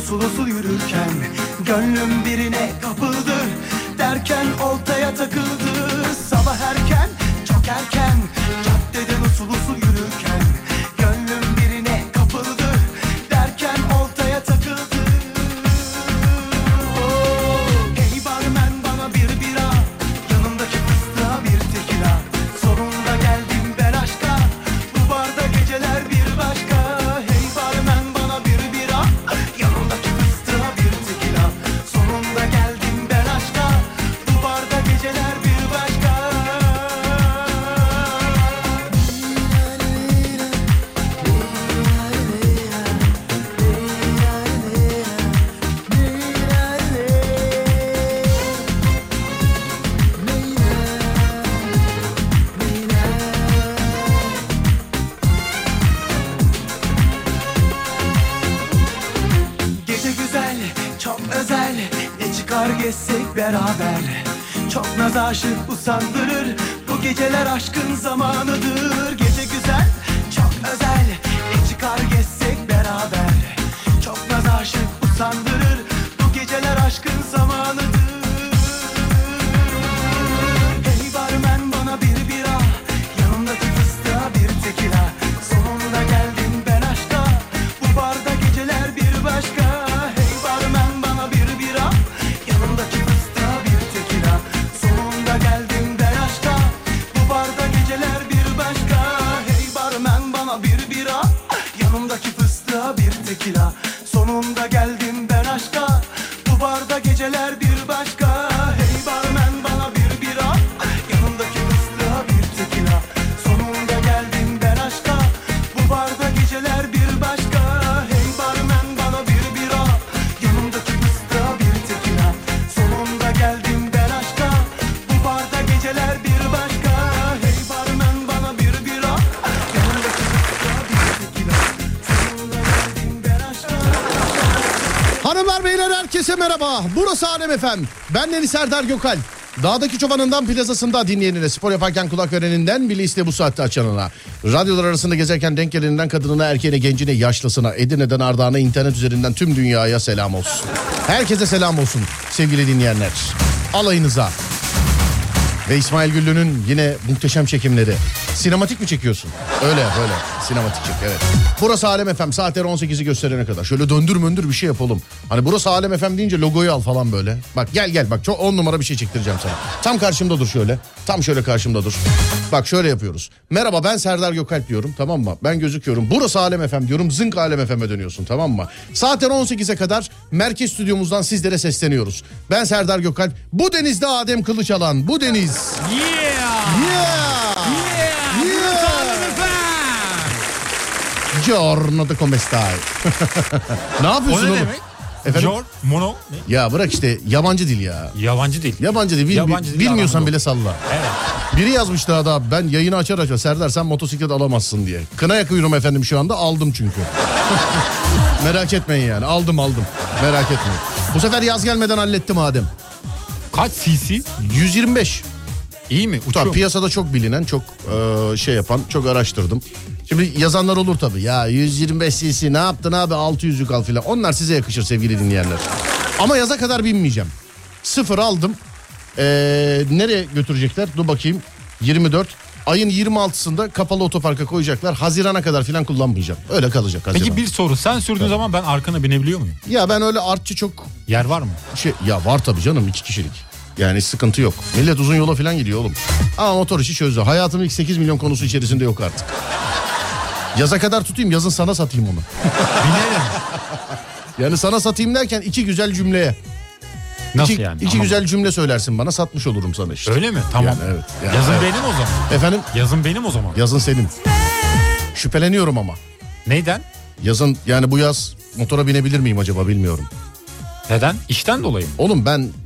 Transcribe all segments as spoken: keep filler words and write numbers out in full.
usul usul yürürken gönlüm birine kapıldı. Derken oltaya takıldı. Sabah erken, çok erken, caddeden usul usul yürürken gönlüm birine kapıldı. Derken oltaya takıldı. Oh, ey barmen bana bir bira, yanımdaki fıstığa bir tekila. Sonunda geldim ben aşka, bu barda geceler bir başka. Hey barmen bana bir bira, yanımdaki fıstığa bir tekila. Sonunda geldim ben aşka, bu barda geceler bir başka. Gece güzel, çok özel, ne çıkar gezsek beraber. Çok naz aşık usandırır, bu geceler aşkın zamanıdır. Gece güzel, çok özel, ne çıkar gezsek beraber. Çok naz aşık usandırır, bu geceler aşkın zamanıdır. Hey barmen bana bir bira, yanımdaki fıstığa bir tekila. Sonunda geldim ben aşka, bu barda geceler bir başka. Hey barmen bana bir bira, yanımdaki fıstığa bir tekila. Sonunda geldim ben aşka, bu barda geceler bir başka. Hey barmen bana bir bira, yanımdaki fıstığa bir tekila. Sonunda geldim ben aşka, bu barda geceler bir başka. Hey barmen bana bir bira, yanımdaki fıstığa bir tekila. Sonunda geldim ben aşka, bu barda geceler bir başka. Hey barmen bana bir bira, yanımdaki fıstığa bir tekila. Sonunda geldim ben aşka, bu barda geceler bir başka. Hey barmen bana bir bira, yanımdaki fıstığa bir tekila. Sonunda geldim ben aşka. Hanımlar beyler herkese merhaba. Burası Alem F M. Ben Deniz Serdar Gökalp. Dağdaki çobanından plazasında dinleyenine, spor yaparken kulak vereninden, biliste bu saatte açanına, radyolar arasında gezerken denk geleninden kadınına, erkeğine, gencine, yaşlısına, Edirne'den Ardahan'a, internet üzerinden tüm dünyaya selam olsun. Herkese selam olsun sevgili dinleyenler. Alayınıza. Ve İsmail Güllü'nün yine muhteşem çekimleri. Sinematik mi çekiyorsun? Öyle öyle. Sinematik çek, evet. Burası Alem F M, saatleri on sekizi gösterene kadar. Şöyle döndür möndür bir şey yapalım. Hani burası Alem F M deyince logoyu al falan böyle. Bak gel gel bak, çok on numara bir şey çektireceğim sana. Tam karşımda dur şöyle. Tam şöyle karşımda dur. Bak şöyle yapıyoruz. Merhaba ben Serdar Gökalp diyorum, tamam mı? Ben gözüküyorum. Burası Alem F M diyorum. Zınk Alem F M'e dönüyorsun, tamam mı? Saatler on sekize kadar merkez stüdyomuzdan sizlere sesleniyoruz. Ben Serdar Gökalp. Bu denizde Adem Kılıçalan. Bu deniz. Yeah! Yeah! Yeah! Yeah! Giorno de come stai? Ne O yapıyorsun ne oğlum? demek? Efendim? Jor, mono, ne? Ya bırak işte, yabancı dil ya. Yabancı dil. Yabancı dil. Bil, Yabancı dil bilmiyorsan aramız bile yok. salla. Evet. Biri yazmış daha da, ben yayını açar açar Serdar sen motosiklet alamazsın diye. Kına yakıyorum efendim şu anda, aldım çünkü. Merak etmeyin yani, aldım aldım. Merak etmeyin. Bu sefer yaz gelmeden hallettim Adem. Kaç cc? yüz yirmi beş. İyi mi? Uçuyor Tabii mu? piyasada çok bilinen, çok e, şey yapan, çok araştırdım. Şimdi yazanlar olur tabii. Ya yüz yirmi beş cc ne yaptın abi, altı yüzlük al filan. Onlar size yakışır sevgili dinleyenler. Ama yaza kadar binmeyeceğim. Sıfır aldım. E, nereye götürecekler? Dur bakayım. yirmi dört. Ayın yirmi altısında kapalı otoparka koyacaklar. Hazirana kadar filan kullanmayacağım. Öyle kalacak Haziran. Peki bir soru. Sen sürdüğün Tabii. zaman ben arkana binebiliyor muyum? Ya ben öyle artçı çok Yer var mı? şey... Ya var tabii canım, iki kişilik. Yani sıkıntı yok. Millet uzun yola falan gidiyor oğlum. Ama motor işi çözdü. Hayatımın ilk sekiz milyon konusu içerisinde yok artık. Yaza kadar tutayım, yazın sana satayım onu. Binelim. Yani sana satayım derken iki güzel cümleye. Nasıl iki, yani? iki Anlamadım. güzel cümle söylersin bana, satmış olurum sana işte. Öyle mi? Tamam. Yani evet. Yani Yazın evet. benim o zaman. Efendim? Yazın benim o zaman. Yazın senin. Şüpheleniyorum ama. Neyden? Yazın yani bu yaz motora binebilir miyim acaba, bilmiyorum. Neden? İşten dolayı mı? Oğlum ben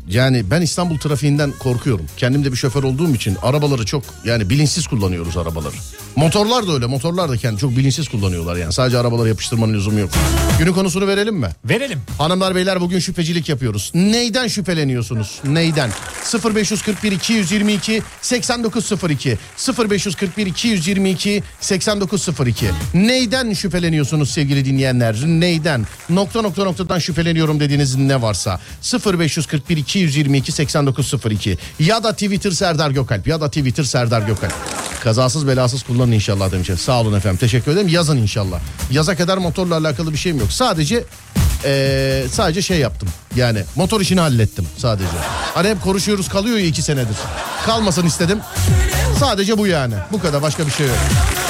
yani ben İstanbul trafiğinden korkuyorum. Kendim de bir şoför olduğum için arabaları çok yani bilinçsiz kullanıyoruz arabaları. Motorlar da öyle. Motorlar da kendi çok bilinçsiz kullanıyorlar yani. Sadece arabaları yapıştırmanın lüzumu yok. Günün konusunu verelim mi? Verelim. Hanımlar beyler bugün şüphecilik yapıyoruz. Neyden şüpheleniyorsunuz? Neyden? sıfır beş kırk bir iki yüz yirmi iki seksen dokuz sıfır iki sıfır beş kırk bir iki yüz yirmi iki seksen dokuz sıfır iki. Neyden şüpheleniyorsunuz sevgili dinleyenler? Neyden? Nokta nokta noktadan şüpheleniyorum dediğiniz ne varsa sıfır beş kırk bir iki yüz yirmi iki seksen dokuz sıfır iki ya da Twitter Serdar Gökalp ya da Twitter Serdar Gökalp. Kazasız belasız kullanın inşallah demişler. Sağ olun efendim, teşekkür ederim. Yazın inşallah. Yaza kadar motorla alakalı bir şeyim yok. Sadece ee, sadece şey yaptım. Yani motor işini hallettim sadece. Hani hep konuşuyoruz kalıyor ya iki senedir. Kalmasın istedim. Sadece bu yani. Bu kadar, başka bir şey yok.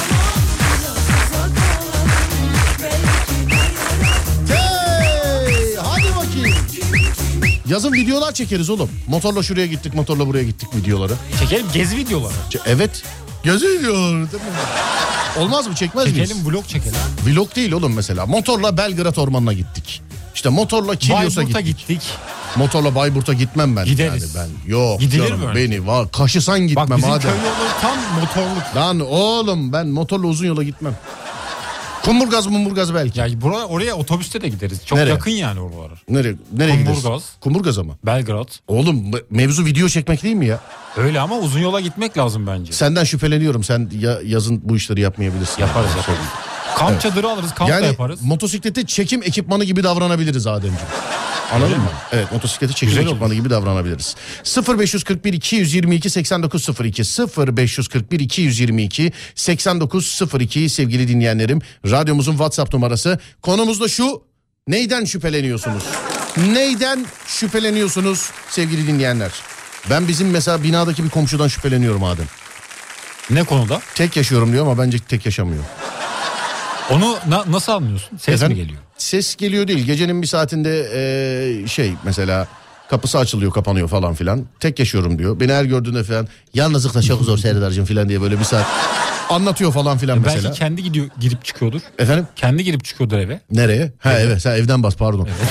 Hey, hadi bakayım. Yazın videolar çekeriz oğlum. Motorla şuraya gittik, motorla buraya gittik videoları. Çekelim gezi videoları. Evet. Gezi videoları değil mi? Olmaz mı, çekmez miyiz? Çekelim, vlog çekelim. Vlog değil oğlum mesela. Motorla Belgrad Ormanı'na gittik. İşte motorla Kilyos'a Bayburt'a gittik. gittik. Motorla Bayburt'a gitmem ben. Gideriz. Yani ben yok. Gidilir canım, mi öyle? beni var. Kaşısan gitmem Bak bizim madem. köy yolu tam motorluk. Lan oğlum ben motorla uzun yola gitmem. Kumburgaz mumburgaz belki. Ya buraya, oraya otobüste de gideriz. Çok Nereye? yakın yani oralar. Nereye, nereye gideriz? Kumburgaz. Kumburgaz'a mı? Belgrad. Oğlum mevzu video çekmek değil mi ya? Öyle ama uzun yola gitmek lazım bence. Senden şüpheleniyorum. Sen ya, yazın bu işleri yapmayabilirsin. Yaparız yaparız. Kamp Evet. çadırı alırız, kamp da Yani yaparız. motosikleti çekim ekipmanı gibi davranabiliriz Ademciğim. Anladın Öyle mı? mi? Evet, motosikleti çekim Güzel ekipmanı olur. gibi davranabiliriz. sıfır beş kırk bir iki yüz yirmi iki seksen dokuz sıfır iki sıfır beş kırk bir iki yüz yirmi iki seksen dokuz sıfır iki sevgili dinleyenlerim. Radyomuzun WhatsApp numarası. Konumuz da şu: neyden şüpheleniyorsunuz? Neyden şüpheleniyorsunuz sevgili dinleyenler? Ben bizim mesela binadaki bir komşudan şüpheleniyorum Adem. Ne konuda? Tek yaşıyorum diyor ama bence tek yaşamıyor. Onu na- nasıl anlıyorsun? Ses Efendim? mi geliyor? Ses geliyor değil. Gecenin bir saatinde ee, şey mesela kapısı açılıyor kapanıyor falan filan. Tek yaşıyorum diyor. Beni her gördüğünde falan yalnızlık da çok zor Serdar'cığım falan diye böyle bir saat anlatıyor falan filan mesela. Belki kendi gidiyor, girip çıkıyordur. Efendim? Kendi girip çıkıyordur eve. Nereye? Ha evet, evet sen evden bas pardon. Evet.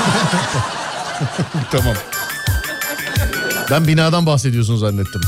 Tamam. Ben binadan bahsediyorsun zannettim.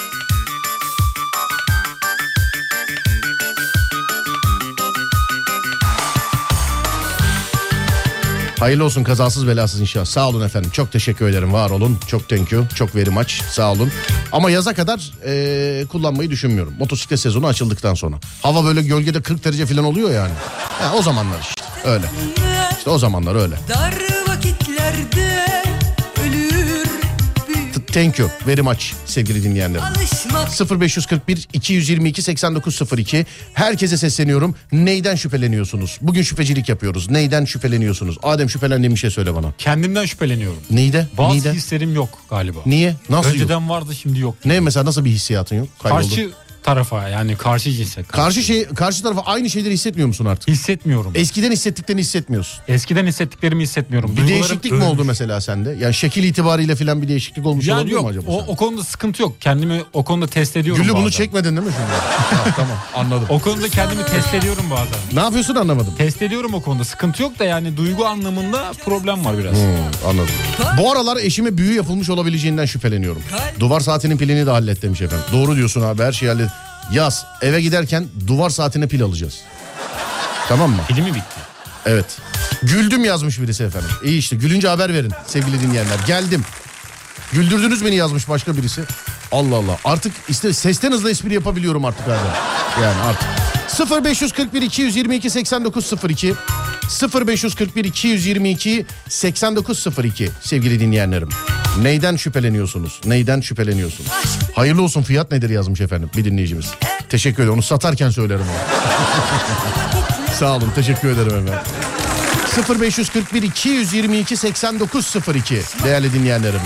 Hayırlı olsun, kazasız belasız inşallah. Sağ olun efendim. Çok teşekkür ederim. Var olun. Çok thank you. Çok very much. Sağ olun. Ama yaza kadar e, kullanmayı düşünmüyorum. Motosiklet sezonu açıldıktan sonra. Hava böyle gölgede kırk derece falan oluyor yani. Ha, o zamanlar işte. Öyle. İşte o zamanlar öyle. Dar vakitlerde ölür büyük Thank you very much sevgili dinleyenlerim. alışmak. sıfır beş kırk bir iki yüz yirmi iki seksen dokuz sıfır iki. Herkese sesleniyorum. Neyden şüpheleniyorsunuz? Bugün şüphecilik yapıyoruz. Neyden şüpheleniyorsunuz? Adem, şüphelendiğin bir şey söyle bana. Kendimden şüpheleniyorum. Neyde? Bazı Neyde? hislerim yok galiba. Niye? Nasıl Önceden yok? vardı, şimdi yok. Ne mesela, nasıl bir hissiyatın yok? Kayboldu. Karşı tarafa, yani karşı cinse. Karşı şey, karşı tarafa aynı şeyleri hissetmiyor musun artık? Hissetmiyorum. Eskiden hissettiklerini hissetmiyorsun. Eskiden hissettiklerimi hissetmiyorum. Bir Duygularım değişiklik mi ölmüş. oldu mesela sende? Yani şekil itibariyle falan bir değişiklik olmuş Yani olabilir yok, mi acaba? o, sende? o konuda sıkıntı yok. Kendimi o konuda test ediyorum Güllü bunu bazen. çekmedin değil mi şimdi? Ha, tamam, anladım. O konuda kendimi test ediyorum bazen. Ne yapıyorsun anlamadım. Test ediyorum o konuda. Sıkıntı yok da yani duygu anlamında problem var biraz. Hmm, anladım. Bu aralar eşime büyü yapılmış olabileceğinden şüpheleniyorum. Duvar saatinin pilini de hallet demiş efendim. Doğru diyorsun abi, her şeyi hallet. Yaz, eve giderken duvar saatine pil alacağız. Tamam mı? Pili mi bitti? Evet. Güldüm yazmış birisi efendim. İyi işte, gülünce haber verin sevgili dinleyenler. Geldim. Güldürdünüz beni yazmış başka birisi. Allah Allah. Artık işte sesten hızlı espri yapabiliyorum artık abi. Yani artık. sıfır beş kırk bir iki yüz yirmi iki seksen dokuz sıfır iki sıfır beş kırk bir iki yüz yirmi iki seksen dokuz sıfır iki sevgili dinleyenlerim. Neyden şüpheleniyorsunuz? Neyden şüpheleniyorsunuz? Hayırlı olsun, fiyat nedir yazmış efendim bir dinleyicimiz. Teşekkür ederim. Onu satarken söylerim onu. Sağ olun, teşekkür ederim efendim. sıfır beş kırk bir iki yüz yirmi iki seksen dokuz sıfır iki değerli dinleyenlerim.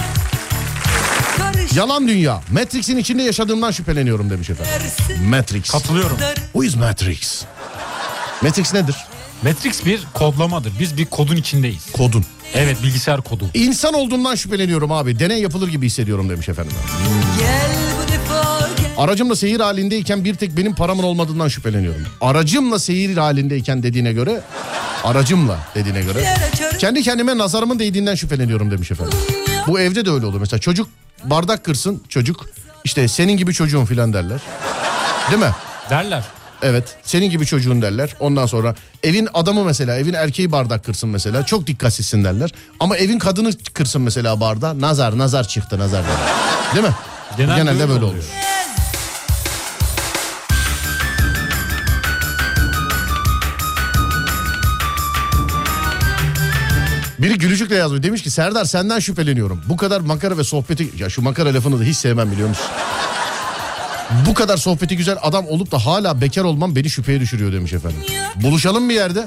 Yalan dünya. Matrix'in içinde yaşadığımdan şüpheleniyorum demiş efendim. Matrix. Katılıyorum. Who is Matrix? Matrix nedir? Matrix bir kodlamadır. Biz bir kodun içindeyiz. Kodun. Evet, bilgisayar kodu. İnsan olduğumdan şüpheleniyorum abi. Deney yapılır gibi hissediyorum demiş efendim. Gel bu defa gel. Aracımla seyir halindeyken bir tek benim paramın olmadığından şüpheleniyorum. Aracımla seyir halindeyken dediğine göre, aracımla dediğine göre, kendi kendime nazarımın değdiğinden şüpheleniyorum demiş efendim. Bu evde de öyle olur. Mesela çocuk bardak kırsın, çocuk işte senin gibi çocuğun filan derler. Değil mi? Derler. Evet, senin gibi çocuğun derler. Ondan sonra evin adamı mesela, evin erkeği bardak kırsın mesela, çok dikkatsizsin derler. Ama evin kadını kırsın mesela bardağı, nazar nazar çıktı nazar derler. Değil mi? Genelde, Genelde böyle böyle oluyor. olur. Biri gülücükle yazmış, demiş ki Serdar senden şüpheleniyorum. Bu kadar makara ve sohbeti, ya şu makara lafını da hiç sevmem biliyor musun? Bu kadar sohbeti güzel adam olup da hala bekar olmam beni şüpheye düşürüyor demiş efendim. Buluşalım bir yerde.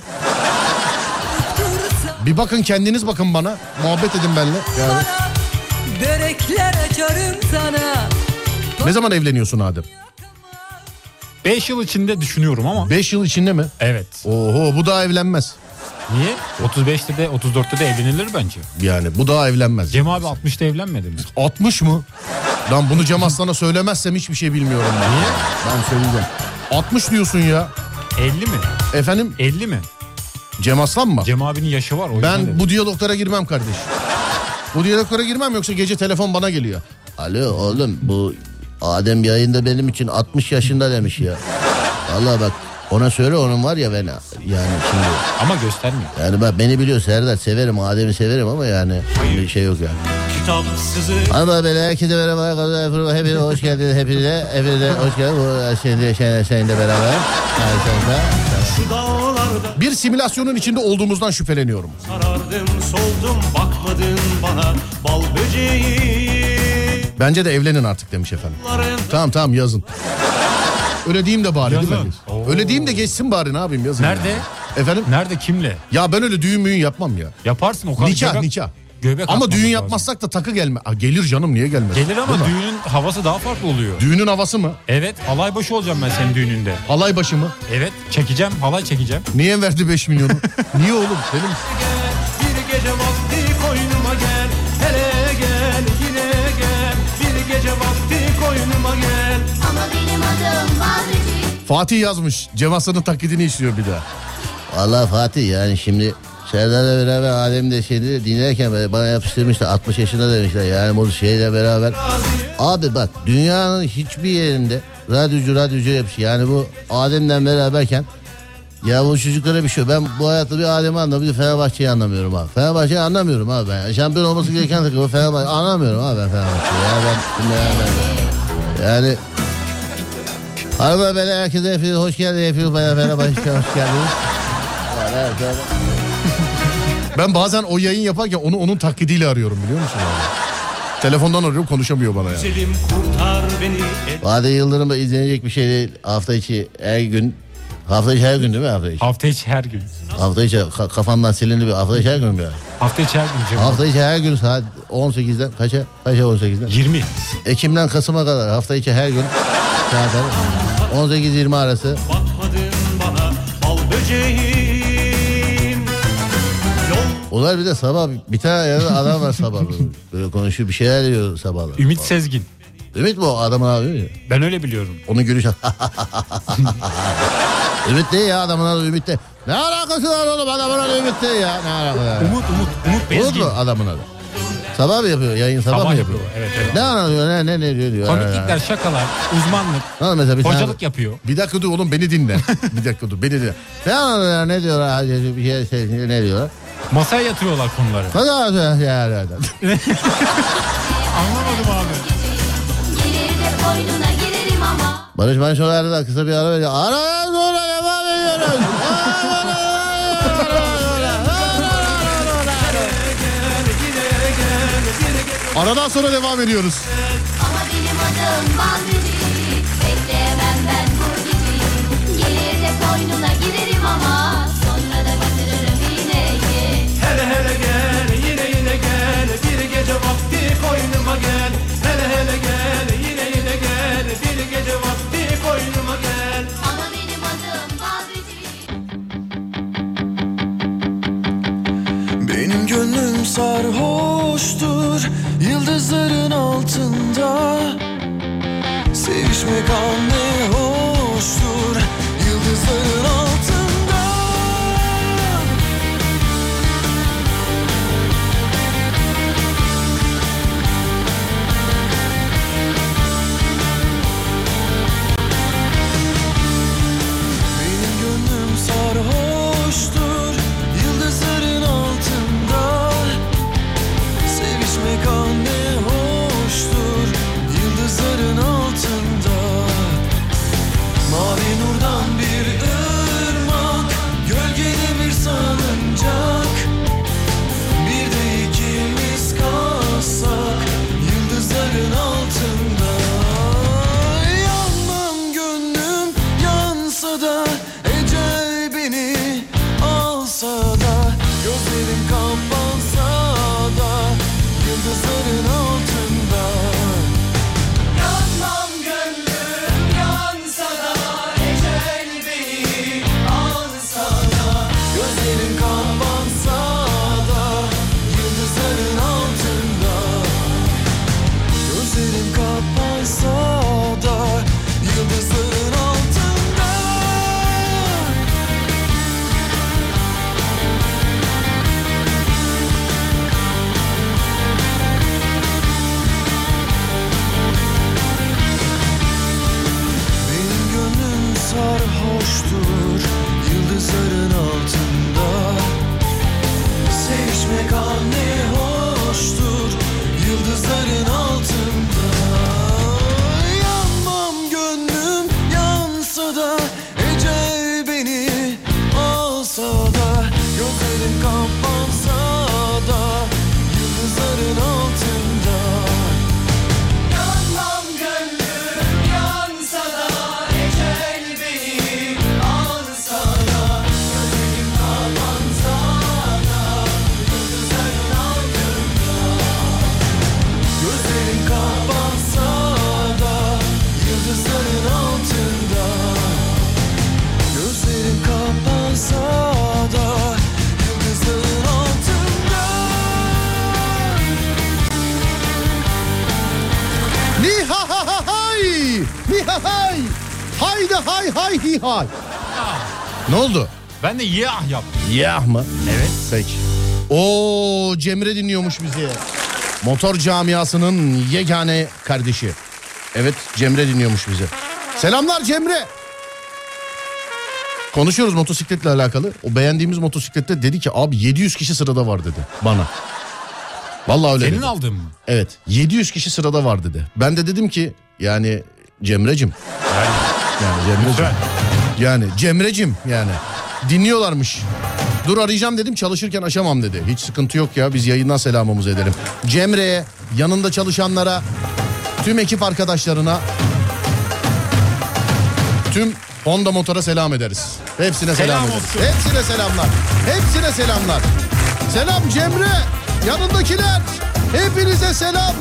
Bir bakın, kendiniz bakın bana. Muhabbet edin benimle. Yani. Börekler açarım sana. Ne zaman evleniyorsun Adem? beş yıl içinde düşünüyorum ama. beş yıl içinde mi? Evet. Oho, bu daha evlenmez. Niye? otuz beşte de otuz dörtte de evlenilir bence. Yani bu daha evlenmez. Cem abi altmışta evlenmedi mi? altmış mı? Lan bunu Cem Aslan'a söylemezsem hiçbir şey bilmiyorum ben. Niye? Ben söyleyeceğim. altmış diyorsun ya. elli mi? Efendim? elli mi? Cem Aslan mı? Cem abinin yaşı var. O yüzden Ben dedim. bu diyaloglara girmem kardeş. Bu diyaloglara girmem, yoksa gece telefon bana geliyor. Alo oğlum, bu Adem yayında benim için altmış yaşında demiş ya. Vallahi bak, ona söyle, onun var ya ben yani şimdi. Ama göstermiyor. Yani bak, beni biliyor Serdar, severim Adem'i severim ama yani bir şey yok yani. Ama böyle herkese merhaba, hepinize hoş geldiniz, hepinize, hepinize hoş geldiniz. Bu şimdi seninle, seninle beraber. Bir simülasyonun içinde olduğumuzdan şüpheleniyorum. Sarardım, soldum, bakmadın bana bal böceği. Bence de evlenin artık demiş efendim. Tamam tamam, yazın. Öyle diyeyim de bari, Yazın. değil mi? Oo. Öyle diyeyim de geçsin bari, ne yapayım, yazın. Nerede? Ya. Efendim? Nerede, kimle? Ya ben öyle düğün müğün yapmam ya. Yaparsın o kadar. Nikah göbek- nikah. Göbek Ama atmamız düğün lazım. yapmazsak da takı gelme. Aa, gelir canım, niye gelmez? Gelir ama Değil mi? düğünün havası daha farklı oluyor. Düğünün havası mı? Evet, halay başı olacağım ben senin düğününde. Halay başı mı? Evet, çekeceğim, halay çekeceğim. Niye verdi beş milyonu? Niye oğlum? Benim... Bir gece vakti koynuma gel, hele gel, yine gel. Bir gece vakti koynuma gel. Ama benim adım Badeci. Fatih yazmış. Cem Aslan'ın taklidini istiyor bir daha. Vallahi Fatih, yani şimdi Serdar'la beraber Adem de şeydi dinlerken bana yapıştırmışlar, altmış yaşında demişler yani bu şeyle beraber. Abi bak, dünyanın hiçbir yerinde radyocu radyocu yapmış, yani bu Adem'le beraberken ya bu çocuklara bir şey. Ben bu hayatta bir Adem'i anlamıyorum, bir Fenerbahçe'yi anlamıyorum abi. Fenerbahçe'yi anlamıyorum abi ben. Şampiyon olması gereken takımı Fenerbahçe anlamıyorum abi ben Fenerbahçe'yi. Ya ben, ben, ben yani arada böyle herkese hepiniz hoş geldiniz, hepiniz bana Fenerbahçe'ye hoş geldiniz. Yani, evet, evet. Ben bazen o yayın yaparken onu onun taklidiyle arıyorum, biliyor musun abi? Telefondan arıyorum, konuşamıyor bana yani. Güzelim kurtar beni. Vade Yıldırım'da izlenecek bir şey değil. Hafta içi her gün. Hafta içi her gün değil mi hafta içi? Hafta içi her gün. Hafta içi ka- kafandan silindi bir hafta içi her gün bir. Hafta içi her gün Cem abi. Hafta içi her gün saat on sekizden kaça? Kaça on sekizden? yirmi. Ekim'den Kasım'a kadar hafta içi her gün saat on sekiz yirmi arası. Bakmadın bana bal böceğim. Yol Onlar bir de sabah bir tane yerde adam var sabah böyle konuşuyor, bir şeyler diyor sabahlar. Ümit Sezgin. Ümit mi o adamın adı? Ben öyle biliyorum. Onun gülüşü. Ümit değil ya, adamın adı Ümit değil. Ne alakası var oğlum, adamın adı Ümit değil ya. Ne alakası var? Umut, Umut, Umut Umut Bezgin. mu adamın adı? Sabah mı yapıyor? Yayın sabah, Sabah mı yapıyor. yapıyor? Evet, evet. Ne anlatıyor? Ne ne ne diyor diyor. Komiklikler, şakalar, uzmanlık, Ha, mesela bir tane- hocalık yapıyor. Bir dakika dur oğlum, beni dinle. Bir dakika dur, beni dinle. Ne anlatıyor? Ne diyorlar? Hadi bir şey, şey ne diyorlar? Masaya yatırıyorlar konuları. Ne anlatıyor? Ya, ya, ya. Anlamadım abi. Gelir de koynuna girerim ama. Barış Manço'larda da kısa bir ara veriyor. Aradan sonra devam ediyoruz. Aradan sonra devam ediyoruz. Ama benim adım Badeci. Bekleyemem ben bu geceyi. Gelir de koynuna girerim ama. Sonra da batırırım iğneyi. hele hele gel, yine yine gel. Bir gece vakti koynuma gel. Hele hele gel, yine yine gel. Bir gece vakti koynuma gel. Ama benim adım Badeci. Benim gönlüm sarhoştur yıldızların altında. Sevişmek an ne hoştur yıldızların altında. Gözlerin kapansa da yıldızların altında, gözlerin kapansa da yıldızların altında. Nihahahay! Nihahay! Haydi hay hay hi hay. Ne oldu? Ben de yah yaptım. Yah mı? Evet. Peki. Oo, Cemre dinliyormuş bizi. Motor camiasının yegane kardeşi. Evet, Cemre dinliyormuş bizi. Selamlar Cemre. Konuşuyoruz motosikletle alakalı. O beğendiğimiz motosiklette dedi ki abi yedi yüz kişi sırada var dedi bana. Vallahi öyle Senin dedi. aldığın mı? Evet, yedi yüz kişi sırada var dedi. Ben de dedim ki yani Cemrecim. Yani, yani Cemrecim. Lütfen. Yani Cemrecim yani. Dinliyorlarmış. Dur arayacağım dedim, çalışırken açamam dedi. Hiç sıkıntı yok ya, biz yayından selamımızı edelim. Cemre'ye, yanında çalışanlara, tüm ekip arkadaşlarına, tüm Honda Motor'a selam ederiz. Hepsine selam, Selam ederiz. olsun. Hepsine selamlar. Hepsine selamlar. Selam Cemre, yanındakiler, hepinize selam.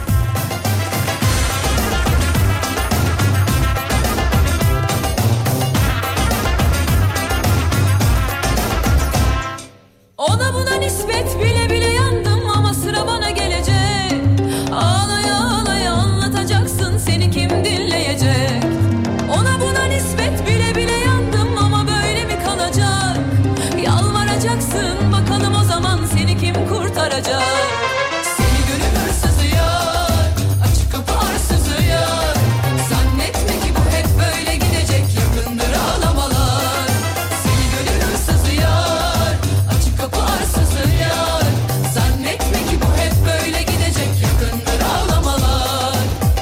Ona buna nispet bile bile yandım ama sıra bana gelecek. Ağlaya ağlaya anlatacaksın, seni kim dinleyecek? Ona buna nispet bile bile yandım ama böyle mi kalacak? Yalvaracaksın bakalım o zaman, seni kim kurtaracak? Seni gönül hırsızı yar, açık kapı arsızı yar. Zannetme ki bu hep böyle gidecek, yakındır ağlamalar. Seni gönül hırsızı yar, açık kapı arsızı yar. Zannetme ki bu hep böyle gidecek, yakındır ağlamalar.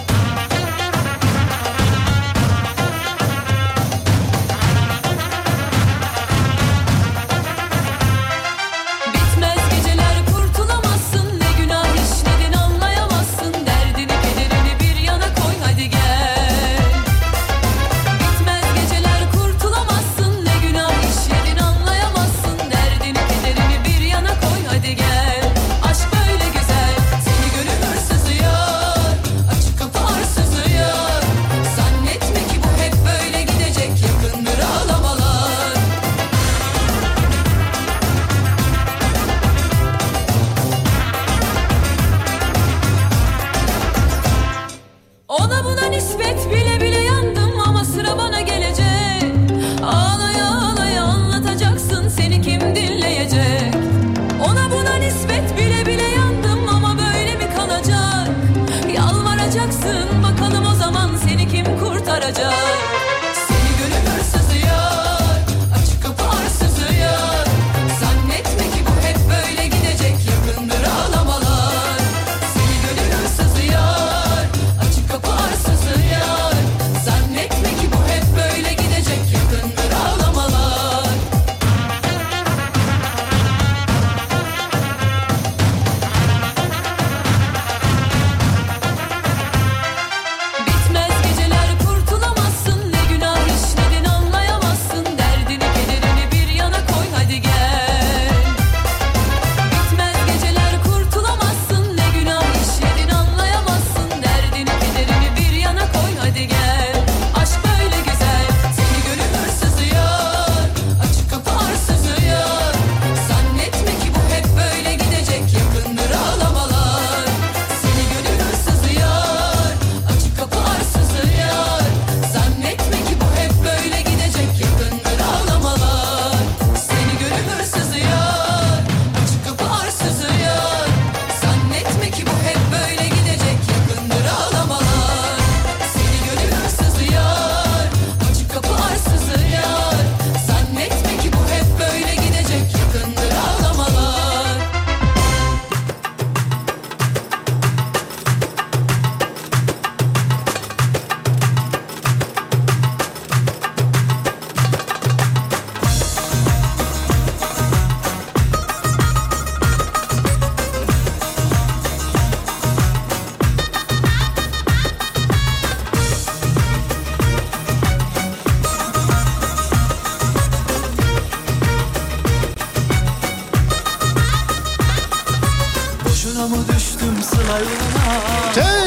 Bitmez geceler, kurtulamazsın, ne günah işledin anlayamazsın. Derdini kederini bir yana koy hadi gel. Bitmez geceler, kurtulamazsın, ne günah işledin anlayamazsın. Derdini kederini bir yana koy hadi gel. Aşk böyle güzel, seni gönül hırsızı yar, açık kapı arsızı yar. Zannetme ki bu hep böyle gidecek, yakındır ağlamalar. Ona buna nispet bile bile yandım ama sıra bana gelecek. Ağlaya ağlaya anlatacaksın, seni kim dinleyecek? Ona buna nispet bile bile yandım ama böyle mi kalacak? Yalvaracaksın bakalım o zaman, seni kim kurtaracak? Seni gönül hırsızı yar, açık kapı arsızı yar. Zannetme ki bu hep böyle gidecek, yakındır ağlamalar. Seni gönül hırsızı yar, açık kapı arsızı yar. Zannetme ki bu hep böyle gidecek, yakındır ağlamalar. Bitmez geceler, kurtulamazsın, ne günah işledin anlayamazsın. Derdini kederini bir yana koy hadi gel. Bitmez geceler, kurtulamazsın, ne günah işledin anlayamazsın. Derdini kederini bir yana koy hadi gel. Aşk böyle güzel, seni gönül hırsızı yar, açık kapı arsızı yar. Zannetme ki bu hep böyle gidecek, yakındır ağlamalar. Seni gönül hırsızı yar, açık kapı arsızı yar. Zannetme ki bu hep böyle gidecek, yakındır ağlamalar. Seni gönül hırsızı yar, açık kapı arsızı yar. Zannetme ki bu hep böyle gidecek, yakındır ağlamalar. Seni gönül hırsızı yar, açık kapı arsızı yar. Zannetme ki bu hep böyle gidecek, yakındır ağlamalar. Boşuna mı düştüm sıla yoluna?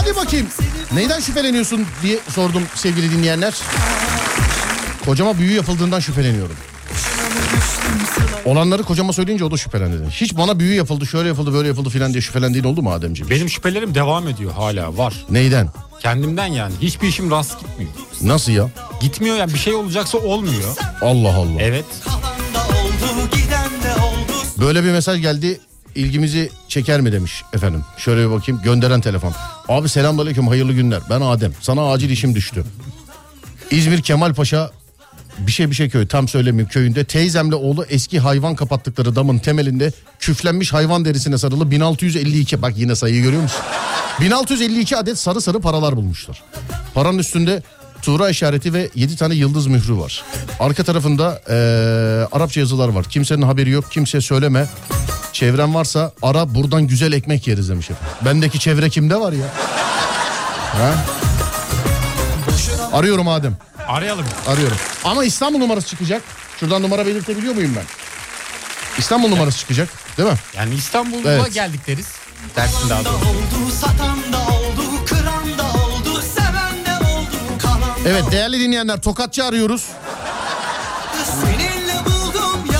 Hadi bakayım. Neyden şüpheleniyorsun diye sordum sevgili dinleyenler. Kocama büyü yapıldığından şüpheleniyorum. Olanları kocama söyleyince o da şüphelendi. Hiç bana büyü yapıldı, şöyle yapıldı, böyle yapıldı filan diye şüphelendiğin oldu mu Ademciğim? Benim şüphelerim devam ediyor, hala var. Neyden? Kendimden yani. Hiçbir işim rast gitmiyor. Nasıl ya? Gitmiyor yani, bir şey olacaksa olmuyor. Allah Allah. Evet. Böyle bir mesaj geldi. İlgimizi çeker mi demiş efendim. Şöyle bir bakayım. Gönderen telefon. Abi selamünaleyküm, hayırlı günler. Ben Adem. Sana acil işim düştü. İzmir Kemalpaşa bir şey bir şey köy, tam söylemeyeyim, köyünde teyzemle oğlu eski hayvan kapattıkları damın temelinde küflenmiş hayvan derisine sarılı bin altı yüz elli iki, bak yine sayıyı görüyor musun? bin altı yüz elli iki adet sarı sarı paralar bulmuşlar. Paranın üstünde Tuğra işareti ve yedi tane yıldız mührü var. Arka tarafında ee, Arapça yazılar var. Kimsenin haberi yok, kimseye söyleme. Çevren varsa ara, buradan güzel ekmek yeriz demiş efendim. Bendeki çevre kimde var ya? Ha? Arıyorum Adem. Arayalım. Arıyorum. Ama İstanbul numarası çıkacak. Şuradan numara belirtebiliyor muyum ben? İstanbul numarası çıkacak, değil mi? Yani İstanbul'a Evet. geldik deriz. Dersin daha doğru. oldu, satan da oldu, kıran da oldu, seven de oldu, kalan da Evet değerli dinleyenler, Tokatçı arıyoruz. seninle buldum yar.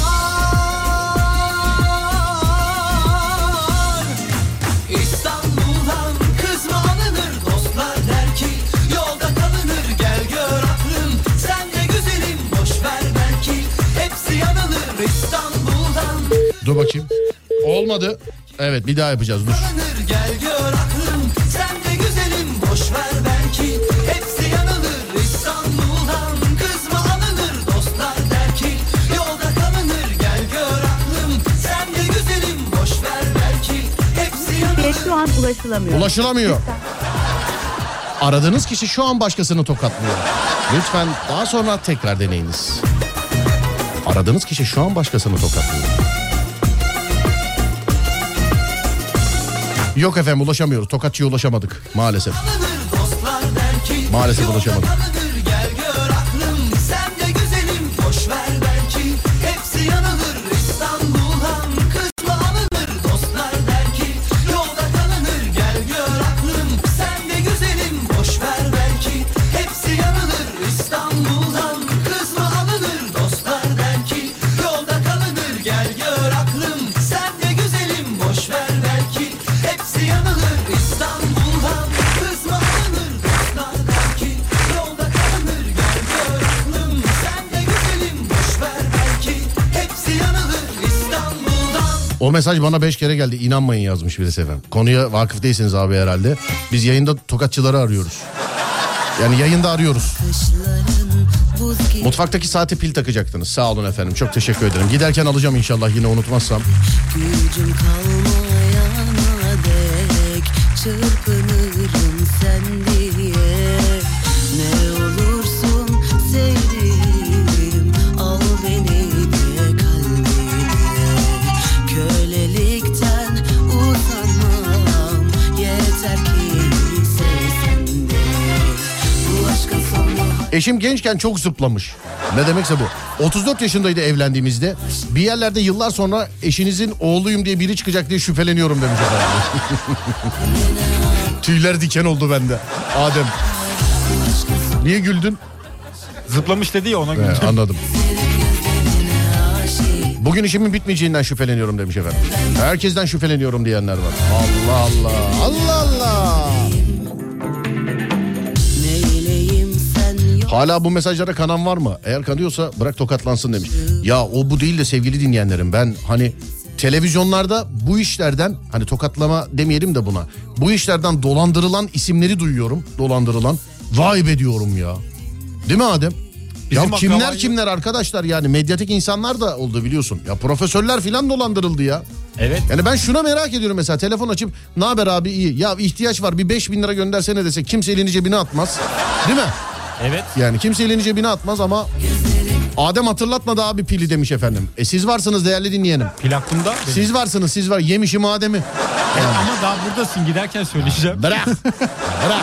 İstanbul'dan kız mı alınır, dostlar der ki yolda kalınır. Gel gör aklım, sen de güzelim, boş ver belki hepsi yanılır. İstanbul'dan Dur bakayım. Olmadı. Evet bir daha yapacağız, dur. kalınır. Gel gör aklım, sen de güzelim, boş ver belki hepsi yanılır. İstanbul'dan kız mı alınır, dostlar der ki yolda kalınır. Gel gör aklım, sen de güzelim, boş ver belki hepsi yanılır. Şu an ulaşılamıyor. Ulaşılamıyor. Aradığınız kişi şu an başkasını tokatlıyor. Lütfen daha sonra tekrar deneyiniz. Aradığınız kişi şu an başkasını tokatlıyor. Yok efendim, ulaşamıyoruz. Tokatçıya ulaşamadık maalesef. Dostlar der ki Maalesef yolda ulaşamadım. kalınır. Gel gör aklım, sen de güzelim, boş ver belki hepsi yanılır. İstanbul'dan kız mı alınır, dostlar der ki yolda kalınır. Gel gör aklım, sen de güzelim, boş ver belki hepsi yanılır. İstanbul'dan kız mı alınır, dostlar der ki yolda kalınır. Gel gör aklım, sen de güzelim, boş ver belki hepsi yanılır. İstanbul'dan kız mı alınır, dostlar der ki yolda kalınır. Gel gör aklım, sen de güzelim, boş ver belki hepsi yanılır. İstanbul'dan. O mesaj bana beş kere geldi. İnanmayın yazmış birisi efendim. Konuya vakıf değilsiniz abi herhalde. Biz yayında tokatçıları arıyoruz. Yani yayında arıyoruz. Mutfaktaki saate pil takacaktınız. Sağ olun efendim. Çok teşekkür ederim. Giderken alacağım inşallah, yine unutmazsam. Gücüm kalmayana dek çırpınırım sen diye. Ne olursun sevdiğim, al beni de kalbine. Kölelikten usanmam, yeter ki sevsen de. Bu aşkın sonu Eşim gençken çok zıplamış. Ne demekse bu. otuz dört yaşındaydı evlendiğimizde. Bir yerlerde yıllar sonra eşinizin oğluyum diye biri çıkacak diye şüpheleniyorum demiş efendim. Tüyler diken oldu bende. Adem. Niye güldün? Zıplamış dedi ya, ona göre. He, anladım. Bugün işimin bitmeyeceğinden şüpheleniyorum demiş efendim. Herkesten şüpheleniyorum diyenler var. Allah Allah. Allah Allah. neyleyim sen yok. Hala bu mesajlara kanan var mı? Eğer kanıyorsa bırak tokatlansın demiş. Ya o bu değil de sevgili dinleyenlerim, ben hani televizyonlarda bu işlerden, hani tokatlama demeyelim de buna, bu işlerden dolandırılan isimleri duyuyorum. Dolandırılan. Vay be diyorum ya. Değil mi Adem? Bizim ya kimler akrabayı- kimler arkadaşlar, yani medyatik insanlar da oldu biliyorsun. Ya profesörler filan dolandırıldı ya. Evet. Yani ben şuna merak ediyorum mesela, telefon açıp ne haber abi, iyi ya ihtiyaç var bir beş bin lira göndersene dese kimse elini cebine atmaz. Değil mi? Evet. Yani kimse elini cebine atmaz ama Adem hatırlatmadı abi pili demiş efendim. E siz varsınız değerli dinleyenim. Pil aklımda. Siz varsınız, siz var. Yemişim Adem'i. Evet, ama daha buradasın, giderken söyleyeceğim. Bırak. Bırak.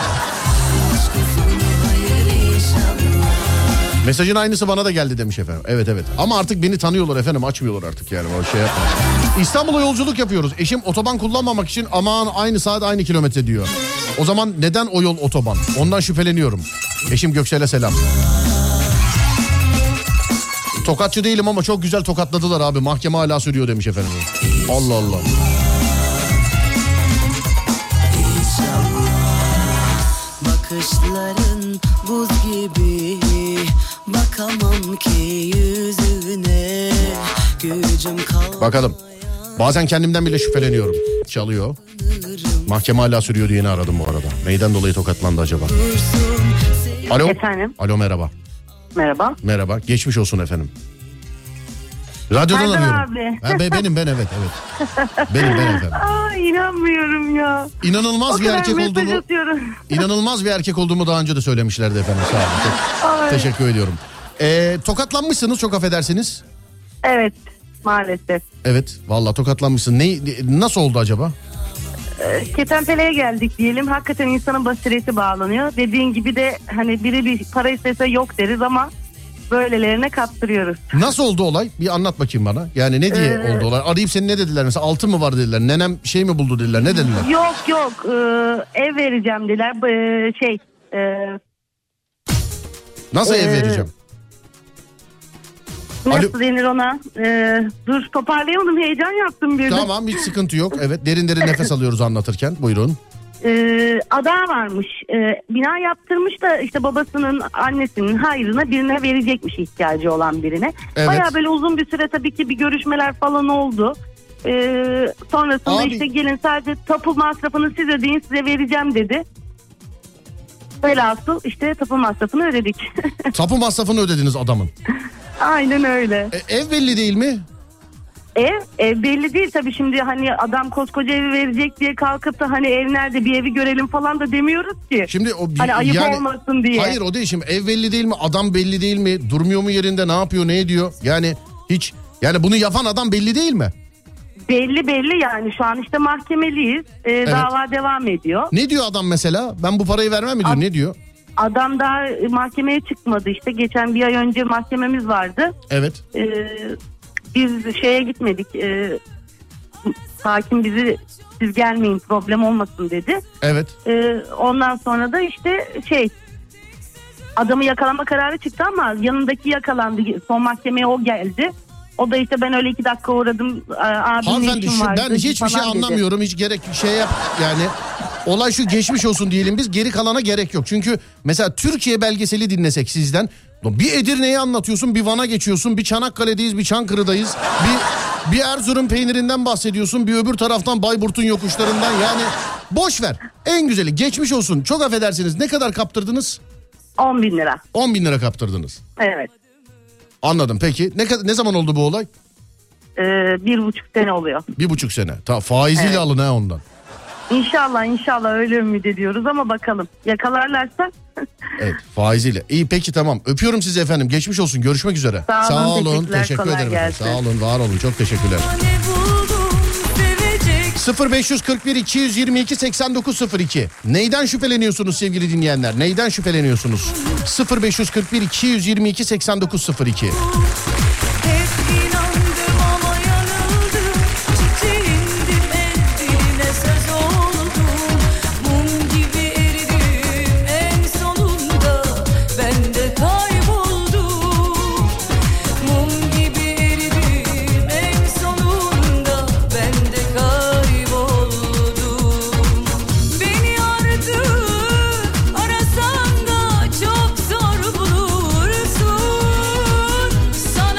Mesajın aynısı bana da geldi demiş efendim. Evet evet. Ama artık beni tanıyorlar efendim. Açmıyorlar artık yani. O şey yapma. İstanbul'a yolculuk yapıyoruz. Eşim otoban kullanmamak için aman aynı saat aynı kilometre diyor. O zaman neden o yol otoban? Ondan şüpheleniyorum. Eşim Göksel'e selam. Tokatçı değilim ama çok güzel tokatladılar abi. Mahkeme hala sürüyor demiş efendim. Allah Allah. Bakışların buz gibi, bakamam ki yüzüne, gücüm kalmayan. Bakalım. Bazen kendimden bile şüpheleniyorum. Çalıyor. Mahkeme hala sürüyor diye yeni aradım bu arada. Neyden dolayı tokatlandı acaba? Alo. Efendim. Alo, merhaba. Merhaba. Merhaba. Geçmiş olsun efendim. Radyodan Erdem arıyorum. abi. Ha, be, benim ben evet evet. Benim ben efendim. Aa, inanmıyorum ya. İnanılmaz O bir kadar erkek mesaj olduğumu. atıyorum. İnanılmaz bir erkek olduğumu daha önce de söylemişlerdi efendim. Sağ olun. Çok Ay. teşekkür ediyorum. Ee, tokatlanmışsınız, çok affedersiniz. Evet, maalesef. Evet, vallahi tokatlanmışsın. Ne, nasıl oldu acaba? Ee, Ketenpele'ye geldik diyelim. Hakikaten insanın basireti bağlanıyor. Dediğin gibi de hani biri bir para istese yok deriz ama böylelerine kaptırıyoruz. Nasıl oldu olay? Bir anlat bakayım bana. Yani ne diye Ee, oldu olay? Arayıp seni ne dediler? Mesela altın mı var dediler. Nenem şey mi buldu dediler. Ne dediler? Yok yok ee, ev vereceğim dediler. Ee, şey ee, Nasıl ev Ee, vereceğim? nasıl Alo. denir ona? Ee, dur toparlayamadım, heyecan yaptım birden. Tamam, hiç sıkıntı yok. Evet, derin derin nefes alıyoruz anlatırken. Buyurun. Ee, ada varmış. Ee, bina yaptırmış da işte babasının, annesinin hayrına birine verecekmiş, ihtiyacı olan birine. Evet. Bayağı böyle uzun bir süre tabii ki bir görüşmeler falan oldu. Ee, sonrasında Abi- işte gelin sadece tapu masrafını siz ödeyin, size vereceğim dedi. Velhasıl işte tapu masrafını ödedik. Tapu masrafını ödediniz adamın. Aynen öyle. E, ev belli değil mi? Ev, ev belli değil tabii, şimdi hani adam koskoca evi verecek diye kalkıp da hani ev nerede, bir evi görelim falan da demiyoruz ki. Şimdi o Hani ayıp olmasın diye. Hayır, o değil şimdi. Ev belli değil mi? Adam belli değil mi? Durmuyor mu yerinde? Ne yapıyor? Ne ediyor? Yani hiç, yani bunu yapan adam belli değil mi? Belli belli yani, şu an işte mahkemeliyiz. Ee, Dava devam ediyor. Ne diyor adam mesela? Ben bu parayı vermem mi diyor? Ad- Ne diyor? Adam daha mahkemeye çıkmadı işte. Geçen bir ay önce mahkememiz vardı. Evet. Ee, biz şeye gitmedik. Ee, hakim bizi, siz gelmeyin problem olmasın dedi. Evet. Ee, ondan sonra da işte şey, adamı yakalama kararı çıktı ama yanındaki yakalandı. Son mahkemeye o geldi. O da işte ben öyle iki dakika uğradım. Abimle Hanımefendi işim şu, vardı ben hiçbir şey falan dedi. anlamıyorum. Hiç gerek şey yap yani. Olay şu, geçmiş olsun diyelim biz, geri kalana gerek yok. Çünkü mesela Türkiye belgeseli dinlesek sizden, bir Edirne'yi anlatıyorsun, bir Van'a geçiyorsun, bir Çanakkale'deyiz, bir Çankırı'dayız, bir bir Erzurum peynirinden bahsediyorsun, bir öbür taraftan Bayburt'un yokuşlarından, yani boş ver. En güzeli geçmiş olsun. Çok affedersiniz, ne kadar kaptırdınız? on bin lira. on bin lira kaptırdınız. Evet. Anladım. Peki ne kadar, ne zaman oldu bu olay? Ee, bir buçuk sene oluyor. Bir buçuk sene. Ta faiziyle Evet. alın ha ondan. İnşallah inşallah öyle ümit ediyoruz ama bakalım yakalarlarsa. Evet, faiziyle. İyi, peki, tamam. Öpüyorum sizi efendim. Geçmiş olsun. Görüşmek üzere. Sağ olun, teşekkürler, Teşekkür kolay ederim. efendim. gelsin. Sağ olun, var olun. Çok teşekkürler. sıfır beş kırk bir iki yüz yirmi iki seksen dokuz sıfır iki. Neyden şüpheleniyorsunuz sevgili dinleyenler? Neyden şüpheleniyorsunuz? sıfır beş kırk bir iki yüz yirmi iki seksen dokuz sıfır iki. Hep inandım ama yanıldım. Çiçeğindim, el diline söz oldum. Mum gibi eridim en sonunda. Ben de kayboldum. Mum gibi eridim en sonunda. Ben de kayboldum. Beni artık arasan da çok zor bulursun. Sana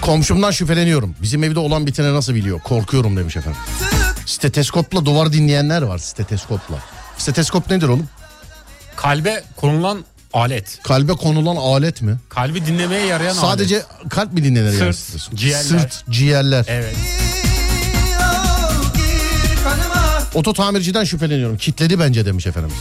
Komşumdan şüpheleniyorum. Bizim evde olan bitene nasıl biliyor? Korkuyorum demiş efendim. Steteskopla duvar dinleyenler var, steteskopla. Steteskop nedir oğlum? Kalbe konulan alet. Kalbe konulan alet mi? Kalbi dinlemeye yarayan Sadece alet. kalp mi dinlenir? Sırt, yani? ciğerler. Sırt, ciğerler. Evet. Oto tamirciden şüpheleniyorum. Kitledi bence demiş efendim.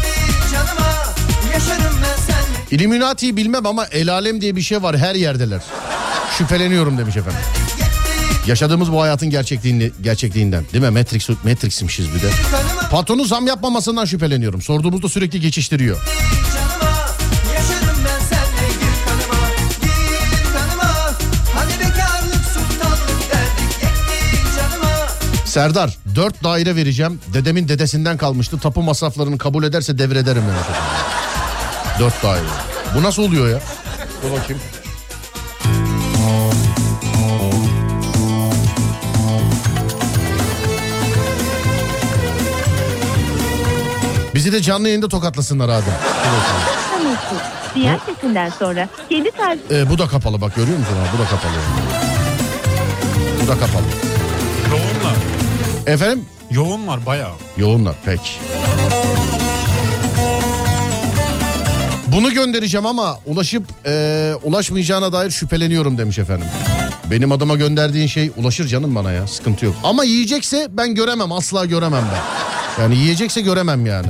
İlluminati'yi bilmem ama el alem diye bir şey var, her yerdeler. Şüpheleniyorum demiş efendim. Yaşadığımız bu hayatın gerçekliğini, gerçekliğinden değil mi? Matrix, Matrix'mişiz bir de. Patronu zam yapmamasından şüpheleniyorum. Sorduğumuzda sürekli geçiştiriyor. Serdar, dört daire vereceğim. Dedemin dedesinden kalmıştı. Tapu masraflarını kabul ederse devrederim demiş efendim. Dört daire. Bu nasıl oluyor ya? Dur bakayım. Bizi de canlı yayında tokatlasınlar abi. Diğer sesinden sonra kendi tarz... Ee, bu da kapalı bak, görüyor musun? Bu da kapalı. Bu da kapalı. Yoğunlar. Efendim? Yoğunlar bayağı. Yoğunlar pek. Bunu göndereceğim ama ulaşıp e, ulaşmayacağına dair şüpheleniyorum demiş efendim. Benim adıma gönderdiğin şey ulaşır canım bana ya, sıkıntı yok. Ama yiyecekse ben göremem, asla göremem ben. Yani yiyecekse göremem yani.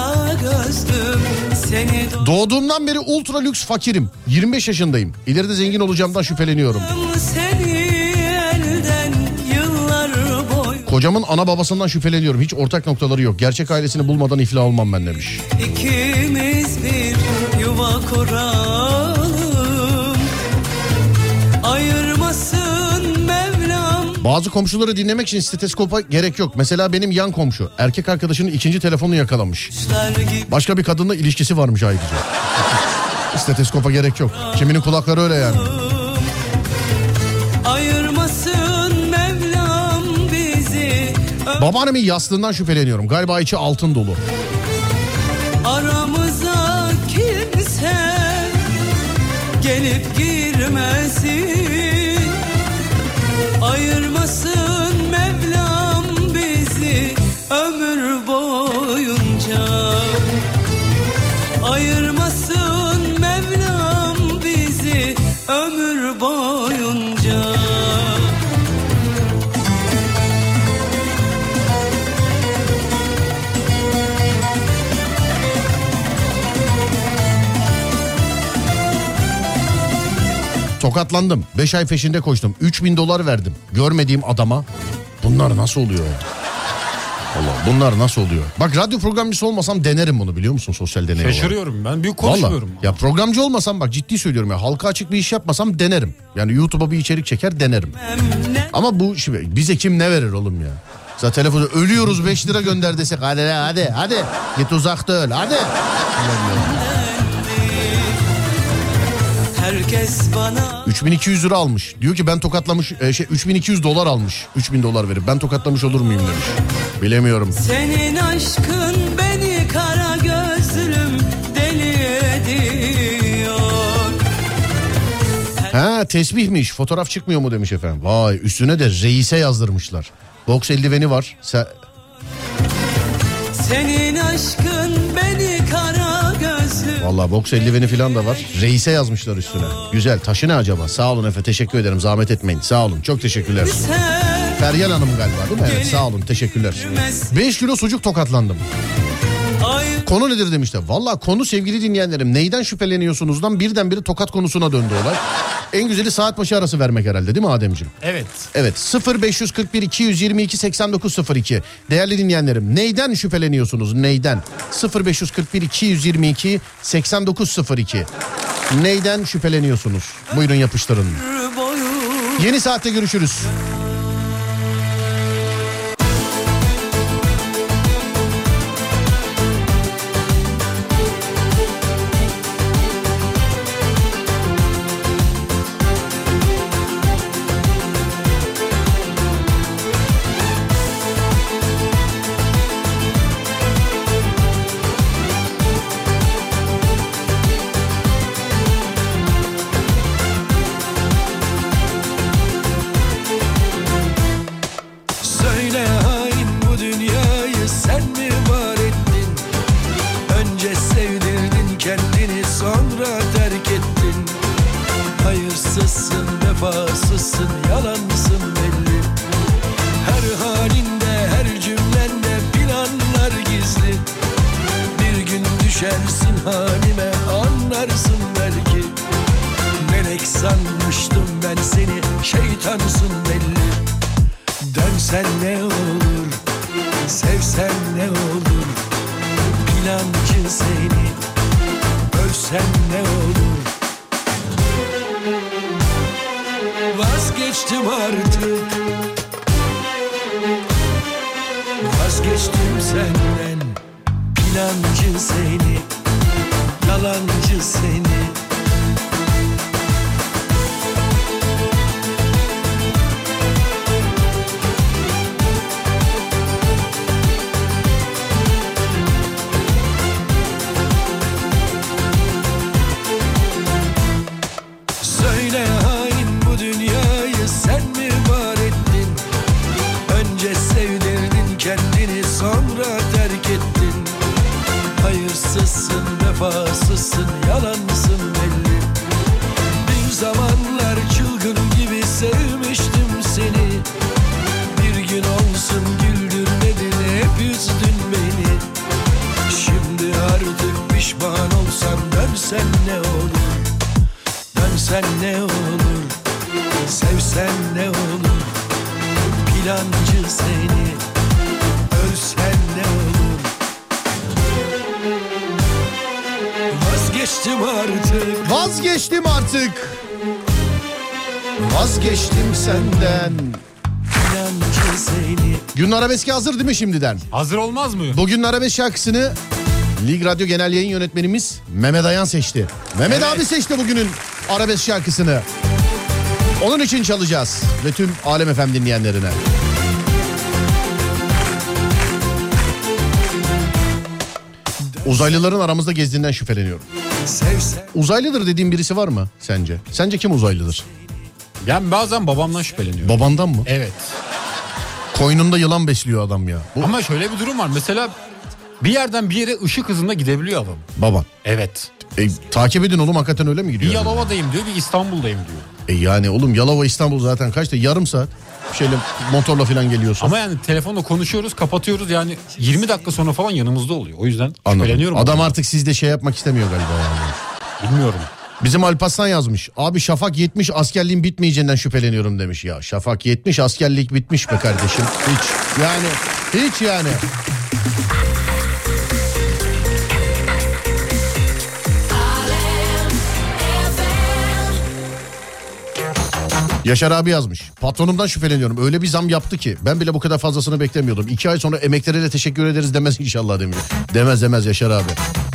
Doğduğumdan beri ultra lüks fakirim. yirmi beş yaşındayım. İleride zengin olacağımdan şüpheleniyorum. Kocamın ana babasından şüpheleniyorum. Hiç ortak noktaları yok. Gerçek ailesini bulmadan iflah olmam ben demiş. İkimiz bir yuva kuralım. Ayırmasın Mevlam. Bazı komşuları dinlemek için stetoskopa gerek yok. Mesela benim yan komşu erkek arkadaşının ikinci telefonunu yakalamış. Başka bir kadınla ilişkisi varmış ayrıca. Stetoskopa gerek yok. Kiminin kulakları öyle yani. Ayırmasın Mevlam bizi. Babaannemin yastığından şüpheleniyorum. Galiba içi altın dolu. Aramıza kimse gelip girmesin. Ayırmasın Mevlam bizi ömür boyunca. Ayırmasın Mevlam bizi ömür boyunca. Tokatlandım. beş ay peşinde koştum. üç bin dolar verdim. Görmediğim adama. Bunlar nasıl oluyor ya? Allah, bunlar nasıl oluyor? Bak, radyo programcısı olmasam denerim bunu, biliyor musun, sosyal deney olarak. Şaşırıyorum ben. Büyük konuşmuyorum. Vallahi, ya programcı olmasam, bak ciddi söylüyorum ya, halka açık bir iş yapmasam denerim. Yani YouTube'a bir içerik çeker denerim. Ama bu şimdi bize kim ne verir oğlum ya? Zaten telefonu ölüyoruz beş lira gönder desek, hadi hadi hadi git uzakta öl hadi. Herkes bana üç bin iki yüz lira almış. Diyor ki ben tokatlamış e, şey üç bin iki yüz dolar almış. üç bin dolar verip ben tokatlamış olur muyum demiş. Bilemiyorum. senin aşkın beni kara gözlüm deli ediyor. Ha, tesbihmiş, fotoğraf çıkmıyor mu demiş efendim. Vay, üstüne de reise yazdırmışlar. Boks eldiveni var. Sen... Senin aşkın beni kara gözlüm. Vallahi boks eldiveni falan da var. Reise yazmışlar üstüne. Güzel. Taşı ne acaba? Sağ olun Efe, teşekkür ederim. Zahmet etmeyin. Sağ olun. Çok teşekkürler. Feryal Hanım galiba değil mi? Evet, sağ olun. Teşekkürler. beş kilo sucuk tokatlandım. Konu nedir demişler. Vallahi konu, sevgili dinleyenlerim, neyden şüpheleniyorsunuzdan birdenbire tokat konusuna döndü olay. En güzeli saat başı arası vermek herhalde, değil mi Ademciğim? Evet. Evet, sıfır beş kırk bir iki yüz yirmi iki seksen dokuz sıfır iki. Değerli dinleyenlerim, neyden şüpheleniyorsunuz? Neyden? sıfır beş kırk bir iki yüz yirmi iki seksen dokuz sıfır iki. Neyden şüpheleniyorsunuz? Buyurun yapıştırın. Yeni saatte görüşürüz. Söyle hain bu dünyayı sen mi var ettin? Önce sevdirdin kendini sonra terk ettin. Hayırsızsın, vefasızsın, yalansın belli. Her halinde, her cümlende planlar gizli. Bir gün düşersin halime, anlarsın belki. Melek sanmıştım ben seni, şeytansın belli. Dönsen ne olur, sevsen ne olur. Plancı seni, ölsen ne olur. Vazgeçtim artık, vazgeçtim senden. Plancı seni, yalancı seni. Söyle hain bu dünyayı sen mi var ettin? Önce sevdirdin kendini sonra terk ettin. Hayırsızsın, vefasızsın, yalansın belli. Bir zamanlar çılgın gibi sevmiştim seni. Bir gün olsun güldürmedin, hep üzdün beni. Şimdi artık pişman olsam dönsen ne olur? Dönsen ne olur, sevsen ne olur. Plancı seni, ölsen ne olur. Vazgeçtim artık, Vazgeçtim artık. Vazgeçtim senden. plancı seni. Günün arabeski hazır değil mi şimdiden? Hazır olmaz mı? Bugünün arabesk şarkısını Lig Radyo Genel Yayın Yönetmenimiz Mehmet Ayan seçti. Mehmet Evet. abi seçti bugünün arabesk şarkısını. Onun için çalacağız ve tüm Alem F M dinleyenlerine. Uzaylıların aramızda gezdiğinden şüpheleniyorum. Sevsen Uzaylıdır dediğin birisi var mı sence? Sence kim uzaylıdır? Ben bazen babamdan şüpheleniyorum. Babandan mı? Evet. Koynunda yılan besliyor adam ya. Bu Ama şöyle bir durum var. Mesela bir yerden bir yere ışık hızında gidebiliyor adam. baban. Evet. E, takip edin oğlum, hakikaten öyle mi Bir gidiyor? Yalova'dayım diyor, bir İstanbul'dayım diyor. E yani oğlum Yalova İstanbul zaten kaçta? Yarım saat. Şeyle motorla falan geliyorsun. Ama yani telefonla konuşuyoruz, kapatıyoruz, yani yirmi dakika sonra falan yanımızda oluyor. O yüzden şüpheleniyorum. Adam ondan. artık sizde şey yapmak istemiyor galiba yani. Bilmiyorum. Bizim Alparslan yazmış. Abi Şafak yetmiş askerliğin bitmeyeceğinden şüpheleniyorum demiş ya. Şafak yetmiş askerlik bitmiş be kardeşim. Hiç yani hiç yani. Yaşar abi yazmış. Patronumdan şüpheleniyorum. Öyle bir zam yaptı ki ben bile bu kadar fazlasını beklemiyordum. İki ay sonra emekleriyle teşekkür ederiz demez inşallah demiş. Demez demez Yaşar abi.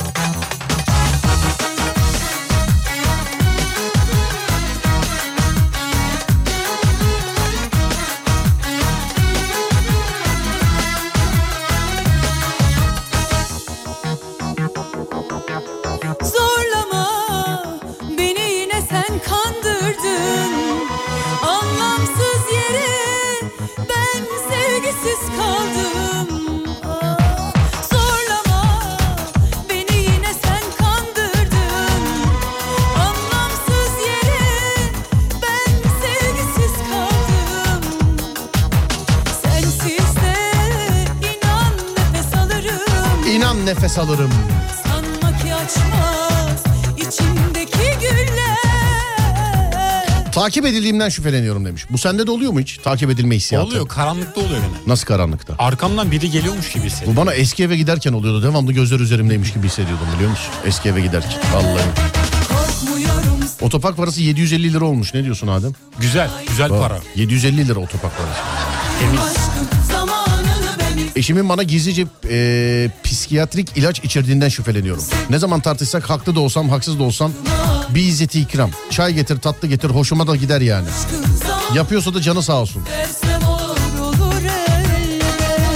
Zorlama beni, yine sen kandırdın. Anlamsız yere ben sevgisiz kaldım. Ah, zorlama beni, yine sen kandırdın. Anlamsız yere ben sevgisiz kaldım. Sensiz de inan nefes alırım. İnan nefes alırım. Sanma ki açmaz içimdeki güller. Takip edildiğimden şüpheleniyorum demiş. Bu sende de oluyor mu hiç? Takip edilme hissiyatı. Oluyor, karanlıkta oluyor gene. Nasıl karanlıkta? Arkamdan biri geliyormuş gibi hissediyorum. Bu bana eski eve giderken oluyordu. Devamlı gözler üzerimdeymiş gibi hissediyordum biliyor musun? Eski eve giderken. Vallahi. Korkmuyorum Otopark parası yedi yüz elli lira olmuş. Ne diyorsun Adem? Güzel, güzel Bak, para. yedi yüz elli lira otopark parası. aşkım zamanını ben Eşimin bana gizlice e, psikiyatrik ilaç içirdiğinden şüpheleniyorum. Ne zaman tartışsak haklı da olsam haksız da olsam bir izzeti ikram. Çay getir, tatlı getir, hoşuma da gider yani. zaman Yapıyorsa da canı sağ olsun. versem olur olur elbet.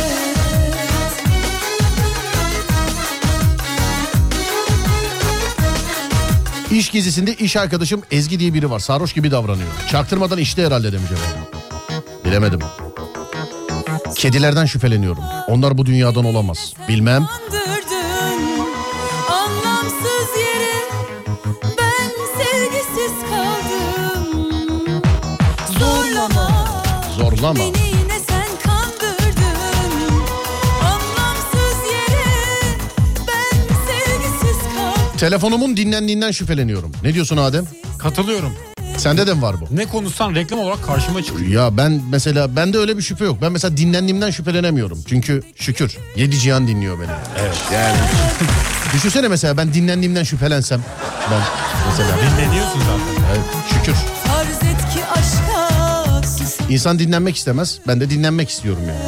İş gezisinde iş arkadaşım Ezgi diye biri var. Sarhoş gibi davranıyor. Çaktırmadan işte herhalde demiş efendim. Bilemedim. Kedilerden şüpheleniyorum. Onlar bu dünyadan olamaz. Bilmem. Kandırdın anlamsız yere, ben sevgisiz kaldım. Zorlama, Zorlama. beni yine sen kandırdın. Anlamsız yere, ben sevgisiz kaldım. Telefonumun dinlendiğinden şüpheleniyorum. Ne diyorsun Adem? Katılıyorum. Sende de mi var bu? Ne konuşsan reklam olarak karşıma çıkıyor. Ya ben mesela bende öyle bir şüphe yok. Ben mesela dinlendiğimden şüphelenemiyorum. Çünkü şükür yedi cihan dinliyor beni. Evet. Yani düşünsene mesela ben dinlendiğimden şüphelensem ben mesela. Dinleniyorsun zaten. Evet, şükür. Farz et ki aşka susun. İnsan dinlenmek istemez. Ben de dinlenmek istiyorum yani.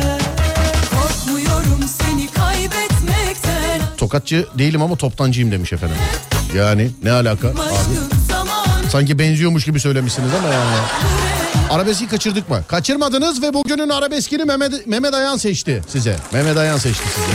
Korkmuyorum seni kaybetmekten. Tokatçı değilim ama toptancıyım demiş efendim. Yani ne alaka abi? Aşkın zaman Sanki benziyormuş gibi söylemişsiniz ama yani. Arabeski kaçırdık mı? Kaçırmadınız ve bugünün arabeskini Mehmet, Mehmet Ayan seçti size. Mehmet Ayan seçti size.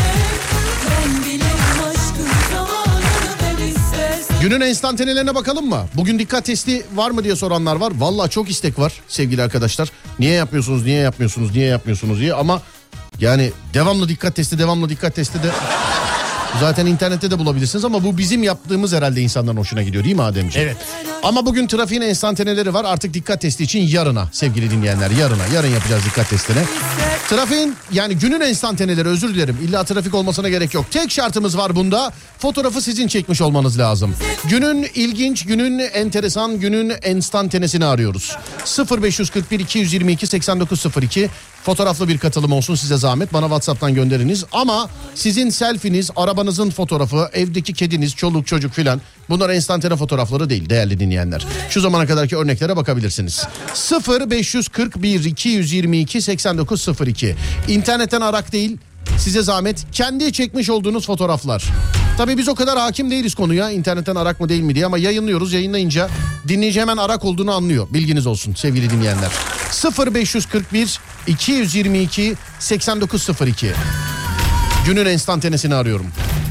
ben bilirim aşkın zamanını ben istersen. Günün enstantanelerine bakalım mı? Bugün dikkat testi var mı diye soranlar var. Vallahi çok istek var sevgili arkadaşlar. Niye yapmıyorsunuz, niye yapmıyorsunuz, niye yapmıyorsunuz diye. Ama yani devamlı dikkat testi, devamlı dikkat testi de... Zaten internette de bulabilirsiniz ama bu bizim yaptığımız herhalde insanların hoşuna gidiyor değil mi Ademciğim? Evet. Ama bugün trafiğin enstantaneleri var. Artık dikkat testi için yarına sevgili dinleyenler, yarına. Yarın yapacağız dikkat testini. Trafiğin yani günün enstantaneleri, özür dilerim. İlla trafik olmasına gerek yok. Tek şartımız var bunda. Fotoğrafı sizin çekmiş olmanız lazım. Günün ilginç, günün enteresan, günün enstantanesini arıyoruz. sıfır beş kırk bir iki yüz yirmi iki seksen dokuz sıfır iki fotoğraflı bir katılım olsun, size zahmet. Bana WhatsApp'tan gönderiniz. Ama sizin selfiniz, arabanızın fotoğrafı, evdeki kediniz, çoluk çocuk filan, bunlar enstantane fotoğrafları değil değerli dinleyenler. Şu zamana kadarki örneklere bakabilirsiniz. sıfır beş kırk bir iki yüz yirmi iki seksen dokuz sıfır iki. İnternetten arak değil, size zahmet, kendi çekmiş olduğunuz fotoğraflar. Tabii biz o kadar hakim değiliz konuya, internetten arak mı değil mi diye, ama yayınlıyoruz. Yayınlayınca dinleyici hemen arak olduğunu anlıyor. Bilginiz olsun sevgili dinleyenler. sıfır beş kırk bir iki yüz yirmi iki seksen dokuz sıfır iki. Günün enstantanesini arıyorum.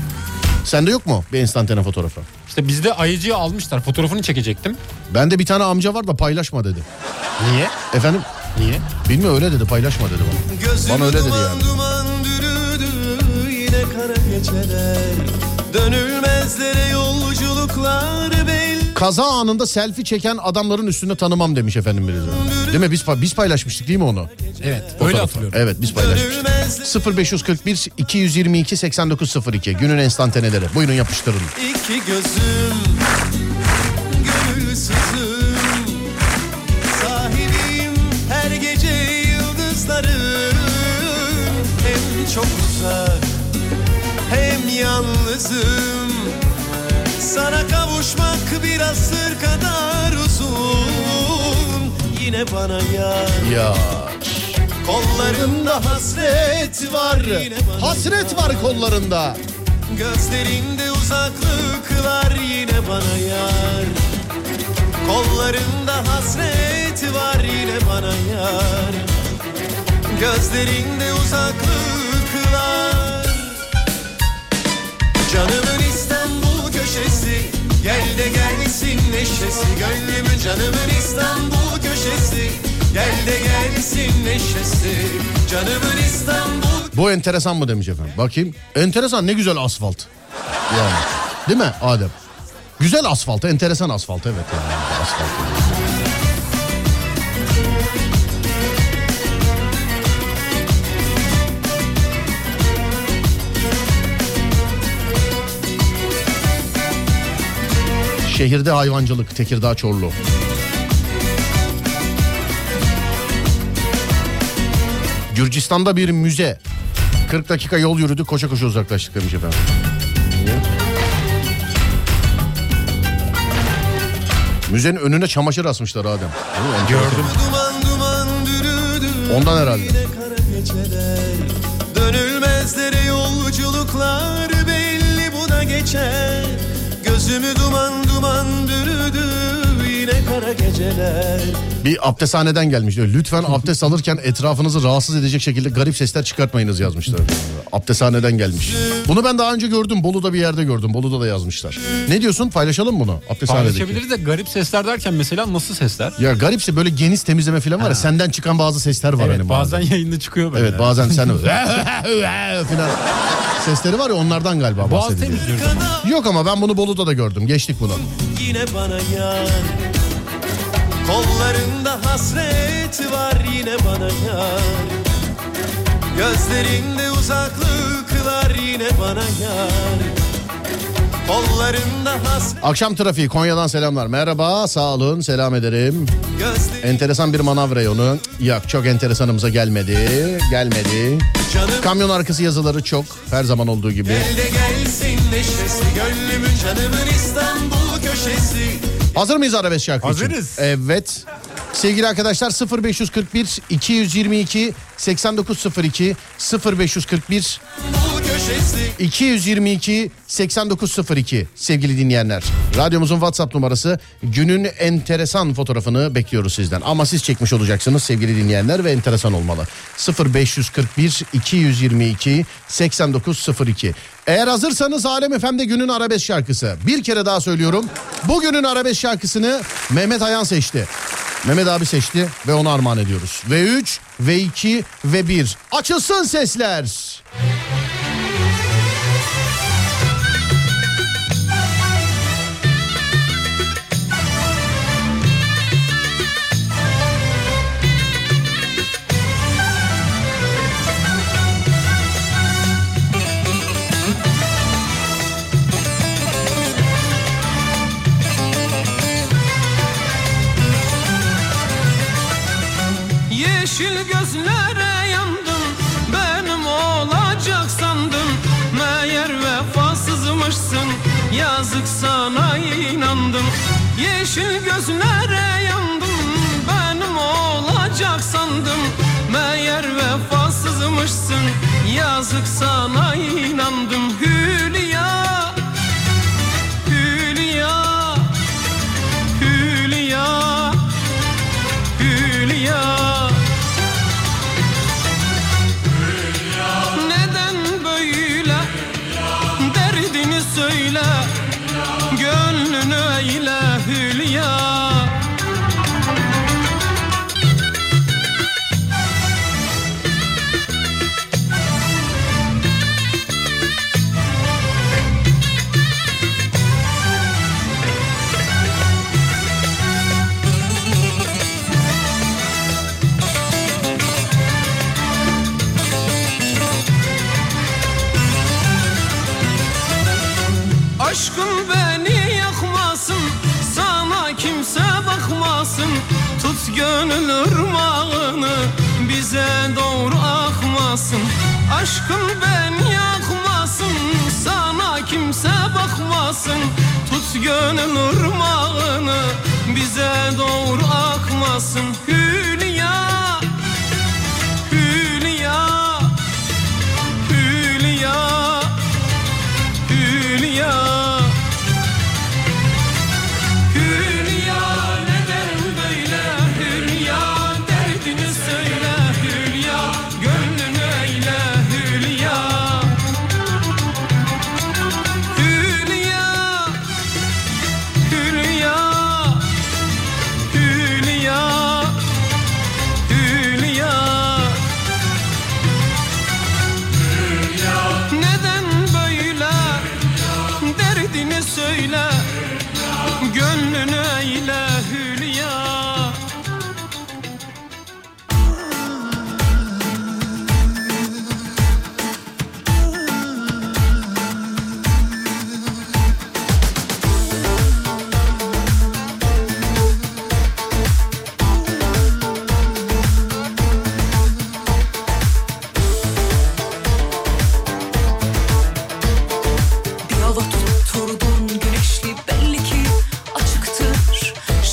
Sende yok mu bir enstantane fotoğrafı? İşte bizde ayıcıyı almışlar, fotoğrafını çekecektim. Bende bir tane amca var da paylaşma dedi. Niye? Efendim? Niye? Bilmiyorum, öyle dedi, paylaşma dedi bana. Gözümü Bana öyle dedi duman yani. duman dürüdü, yine kara geceler, dönülmezlere yolculuklar belli. Kaza anında selfie çeken adamların üstünde tanımam demiş efendim birisi. Değil mi? Biz, biz paylaşmıştık değil mi onu? Evet, öyle Fotoğrafı. hatırlıyorum. Evet, biz paylaşmıştık. sıfır beş kırk bir iki yüz yirmi iki seksen dokuz sıfır iki. Günün enstantaneleri. Buyurun yapıştırın. İki gözüm, gönülsüzüm, sahibim her gece yıldızların. Hem çok uzak, hem yalnızım. Sana kavuşmak bir asır kadar uzun. Yine bana yar, Ya. kollarımda hasret var. Yine bana Hasret var kollarında. gözlerinde uzaklıklar, yine bana yar. Kollarında hasret var, yine bana yar. Gözlerinde uzaklıklar. Canımın İstanbul köşesi, gel de gelsin neşesi. Gönlümün canımın İstanbul köşesi, gel de gelsin neşesi. Canımın İstanbul. Bu enteresan mı demiş efendim. Bakayım. Enteresan, ne güzel asfalt. Yani. Değil mi Adem? Güzel asfalt, enteresan asfalt. Evet yani. Asfalt. Şehirde hayvancılık, Tekirdağ Çorlu. Gürcistan'da bir müze. kırk dakika yol yürüdü, koşa koşa uzaklaştık demiş efendim. Müzenin önüne çamaşır asmışlar Adem. Gördüm. Duman duman dürüdü, Ondan herhalde. yine kara geceler, dönülmezlere yolculuklar belli bu da geçer. Gözümü duman duman bürüdü, yine kara geceler. Bir abdesthaneden gelmiş diyor. Lütfen abdest alırken etrafınızı rahatsız edecek şekilde garip sesler çıkartmayınız yazmışlar. Abdesthaneden gelmiş. Bunu ben daha önce gördüm. Bolu'da bir yerde gördüm. Bolu'da da yazmışlar. Ne diyorsun? Paylaşalım mı bunu? Abdesthanedeki. Paylaşabiliriz de garip sesler derken mesela nasıl sesler? Ya garipse böyle geniş temizleme falan var ya, senden çıkan bazı sesler var. Evet, hani bazen yayında çıkıyor böyle. Evet, bazen sen falan sesleri var ya, onlardan galiba Boğaz bahsediliyor. temizliyoruz ama. Yok ama ben bunu Bolu'da da gördüm. Geçtik bunu. Yine bana yar, kollarında hasret var yine bana yar, gözlerinde uzaklıklar yine bana yar, kollarında hasret. Akşam trafiği, Konya'dan selamlar. Merhaba, sağ olun, selam ederim. Gözlerim Enteresan bir manav reyonu. Yok, çok enteresanımıza gelmedi. Gelmedi. canım Kamyon arkası yazıları çok, her zaman olduğu gibi. gel de gelsin neşesi, gönlümün canımın İstanbul köşesi. Hazır mıyız arabesk şarkı için? Hazırız. Evet. Sevgili arkadaşlar, sıfır beş kırk bir iki yüz yirmi iki seksen dokuz sıfır iki sıfır beş kırk bir İstanbul köşesi. iki yüz yirmi iki seksen dokuz sıfır iki sevgili dinleyenler. Radyomuzun WhatsApp numarası. Günün enteresan fotoğrafını bekliyoruz sizden. Ama siz çekmiş olacaksınız sevgili dinleyenler ve enteresan olmalı. sıfır beş kırk bir iki yüz yirmi iki seksen dokuz sıfır iki. Eğer hazırsanız Alem F M'de günün arabesk şarkısı. Bir kere daha söylüyorum. Bugünün arabesk şarkısını Mehmet Ayan seçti. Mehmet abi seçti ve ona armağan ediyoruz. Ve üç, ve iki, ve bir. Açılsın sesler. Yeşil gözlere yandım, benim olacak sandım. Meğer vefasızmışsın, yazık sana inandım. Yeşil gözlere yandım, benim olacak sandım. Meğer vefasızmışsın, yazık sana inandım. Hülya, Hülya, Hülya, Hülya. Neden böyle derdini söyle, gönlünü eyle Hülya. Aşkın beni yakmasın, sana kimse bakmasın. Tut gönül ırmağını, bize doğru akmasın. Aşkın beni yakmasın, sana kimse bakmasın. Tut gönül ırmağını, bize doğru akmasın. Hülya, Hülya, Hülya, Hülya. Hülya neden böyle Hülya, derdini söyle Hülya, gönlünü eyle Hülya. Hülya, Hülya, Hülya, Hülya. Neden böyle derdini söyle, gönlünü eyle Hülya. Bir hava tutturdun güneşli, belli ki açıktır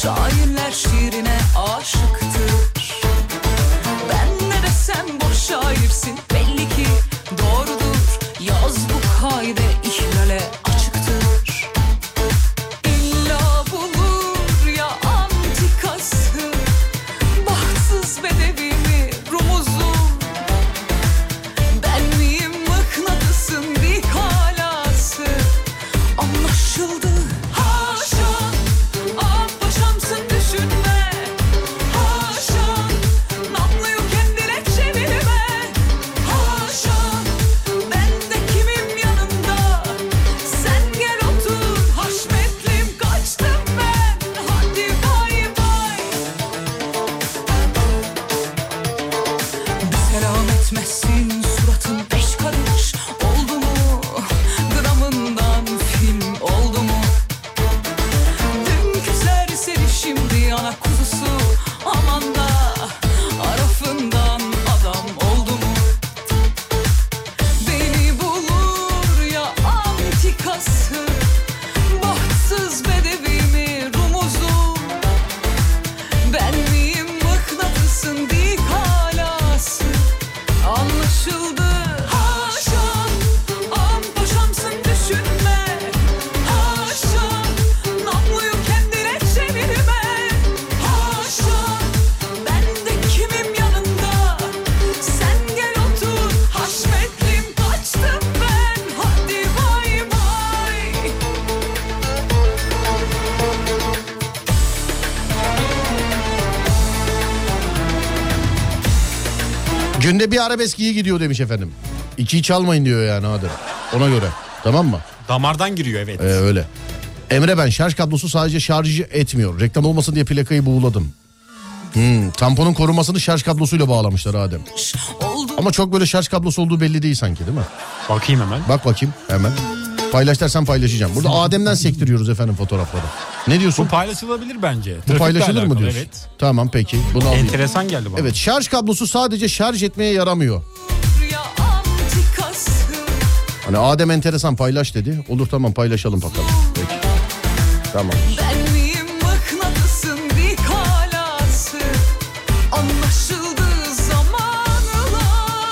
Günde bir arabesk iyi gidiyor demiş efendim. İkiyi çalmayın diyor yani Adem. Ona göre. Tamam mı? Damardan giriyor evet. Ee, öyle. Emre ben şarj kablosu sadece şarj etmiyor. Reklam olmasın diye plakayı buğuladım. Hmm, tamponun korunmasını şarj kablosuyla bağlamışlar Adem. Ama çok böyle şarj kablosu olduğu belli değil sanki değil mi? Bakayım hemen. Bak bakayım hemen. Paylaş dersen paylaşacağım. Burada Adem'den sektiriyoruz efendim fotoğrafları. Ne diyorsun? Bu paylaşılabilir bence. Bu Trafikle paylaşılır mı alakalı, diyorsun? Evet. Tamam peki. Bunu alayım. Enteresan geldi bana. Evet, şarj kablosu sadece şarj etmeye yaramıyor. Ya antikası. Hani Adem enteresan paylaş dedi. Olur tamam paylaşalım bakalım. Peki. Tamam. Ben miyim mıknatısın bir kalası. Anlaşıldığı zamanla.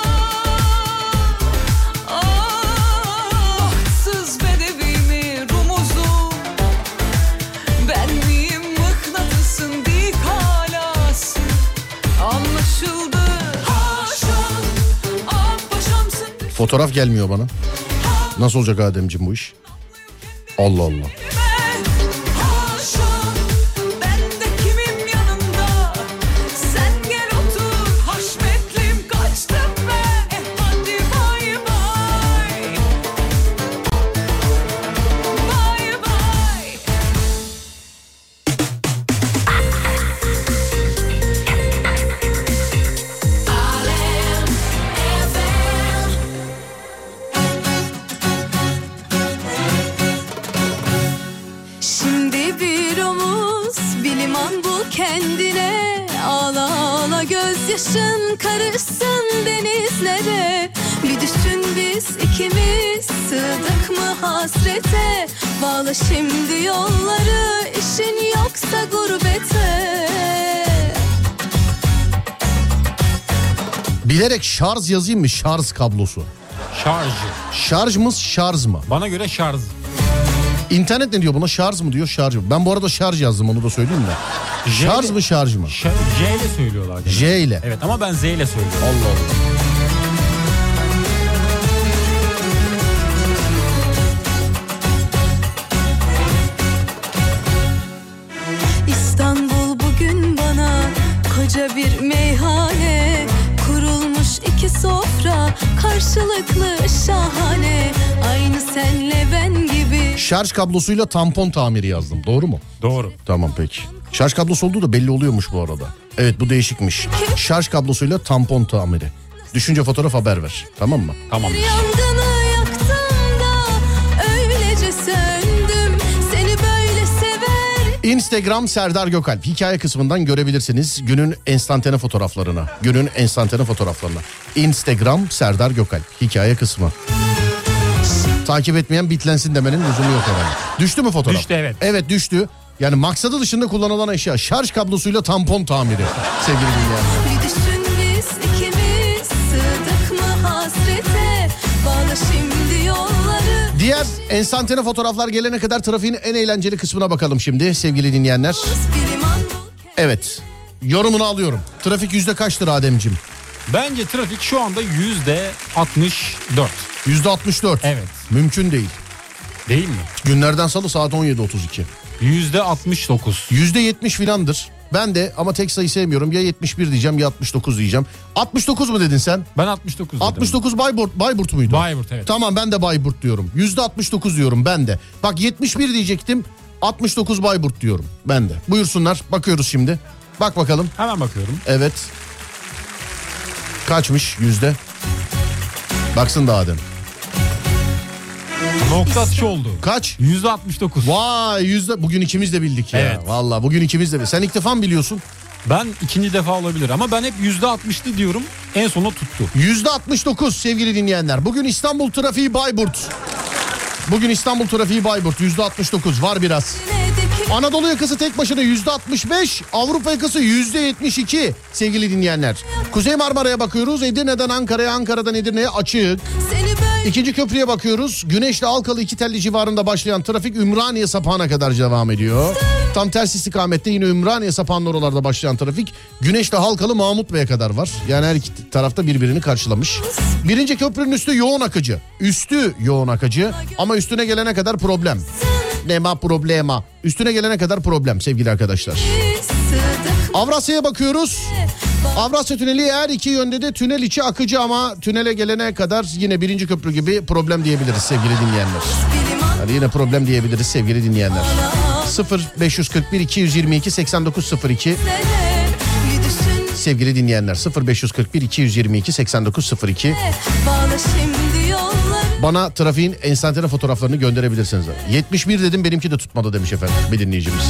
Ah, bahtsız bedevimi rumuzum. Ben miyim mıknatısın bir kalası. Anlaşıldı. Haşam, ah paşamsın. Fotoğraf gelmiyor bana. Nasıl olacak Ademciğim bu iş? Allah Allah. Haşa, ben de kimim yanında? Sen gel otur, haşmetlim kaçtım be. Eh hadi bay bay. Bay bay. Alem F M. Şimdi bir omuz bir liman bul kendine. Ağla ağla gözyaşın karışsın denizlere. Bir düşün biz ikimiz sığdık mı hasrete. Bağla şimdi yolları işin yoksa gurbete. Bilerek şarj yazayım mı? Şarj kablosu. Şarjı. Şarj mı şarj mı? Bana göre şarj. İnternet ne diyor buna? Şarj mı diyor şarj mı? Ben bu arada şarj yazdım onu da söyleyeyim de. J Şarj ile- mı şarj mı? Ş- J ile söylüyorlar. gene. J ile. Evet ama ben Z ile söylüyorum. Allah Allah. İstanbul bugün bana koca bir meyhane. Kurulmuş iki sofra karşılıklı şahane. Aynı senle ben gibi. Şarj kablosuyla tampon tamiri yazdım. Doğru mu? Doğru. Tamam peki. Şarj kablosu olduğu da belli oluyormuş bu arada. Evet bu değişikmiş. Şarj kablosuyla tampon tamiri. Düşünce fotoğraf haber ver. Tamam mı? Tamam. Yangını yaktım da öylece söndüm. Seni böyle sever. Instagram Serdar Gökalp. Hikaye kısmından görebilirsiniz günün enstantane fotoğraflarını. Günün enstantane fotoğraflarını. Instagram Serdar Gökalp. Hikaye kısmı. Takip etmeyen bitlensin demenin lüzumu yok herhalde. Düştü mü fotoğraf? Düştü, evet. Evet düştü. Yani maksadı dışında kullanılan eşya. Şarj kablosuyla tampon tamiri. Sevgili dinleyenler. Bir düşün biz ikimiz sığdık mı hasrete. Bağla şimdi yolları. Diğer enstantane fotoğraflar gelene kadar trafiğin en eğlenceli kısmına bakalım şimdi sevgili dinleyenler. Bir liman bul. Evet. Yorumunu alıyorum. Trafik yüzde kaçtır Ademciğim? Bence trafik şu anda yüzde altmış dört. Yüzde altmış dört. Evet. Mümkün değil. Değil mi? Günlerden salı saat on yedi otuz iki. Yüzde altmış dokuz. Yüzde yetmiş filandır. Ben de ama tek sayı sevmiyorum. Ya yetmiş bir diyeceğim ya altmış dokuz diyeceğim. altmış dokuz mu dedin sen? Ben altmış dokuz dedim. altmış dokuz Bayburt, Bayburt muydu? Bayburt, evet. Tamam ben de Bayburt diyorum. Yüzde altmış dokuz diyorum ben de. Bak yetmiş bir diyecektim. altmış dokuz Bayburt diyorum ben de. Buyursunlar bakıyoruz şimdi. Bak bakalım. Hemen bakıyorum. Evet. Kaçmış yüzde? Baksın da Adem. Nokta atışı oldu. Kaç? yüzde altmış dokuz. Vay yüzde. Bugün ikimiz de bildik ya. Evet. Vallahi bugün ikimiz de bildik. Sen ilk defa mı biliyorsun? Ben ikinci defa olabilir ama ben hep yüzde altmışlı diyorum. En sona tuttu. yüzde altmış dokuz sevgili dinleyenler. Bugün İstanbul trafiği Bayburt. Bugün İstanbul trafiği Bayburt yüzde altmış dokuz var biraz. Anadolu yakası tek başına yüzde altmış beş, Avrupa yakası yüzde yetmiş iki sevgili dinleyenler. Kuzey Marmara'ya bakıyoruz. Edirne'den Ankara'ya, Ankara'dan Edirne'ye açık. Seni böyle İkinci köprüye bakıyoruz. Güneşli Halkalı iki telli civarında başlayan trafik Ümraniye sapağına kadar devam ediyor. Tam ters istikamette yine Ümraniye sapağının oralarda başlayan trafik Güneşli Halkalı Mahmut Bey'e kadar var. Yani her iki tarafta birbirini karşılamış. Birinci köprünün üstü yoğun akıcı. Üstü yoğun akıcı ama üstüne gelene kadar problem. Nema problema. Üstüne gelene kadar problem sevgili arkadaşlar. sığdık. Avrasya'ya bakıyoruz. Avrasya Tüneli her iki yönde de tünel içi akıcı ama tünele gelene kadar yine birinci köprü gibi problem diyebiliriz sevgili dinleyenler. Yani yine problem diyebiliriz sevgili dinleyenler. sıfır beş kırk bir iki yüz yirmi iki seksen dokuz sıfır iki sevgili dinleyenler, sıfır beş kırk bir iki yüz yirmi iki seksen dokuz sıfır iki. Bana trafiğin enstantane fotoğraflarını gönderebilirsiniz. yetmiş bir dedim, benimki de tutmadı demiş efendim bir dinleyicimiz.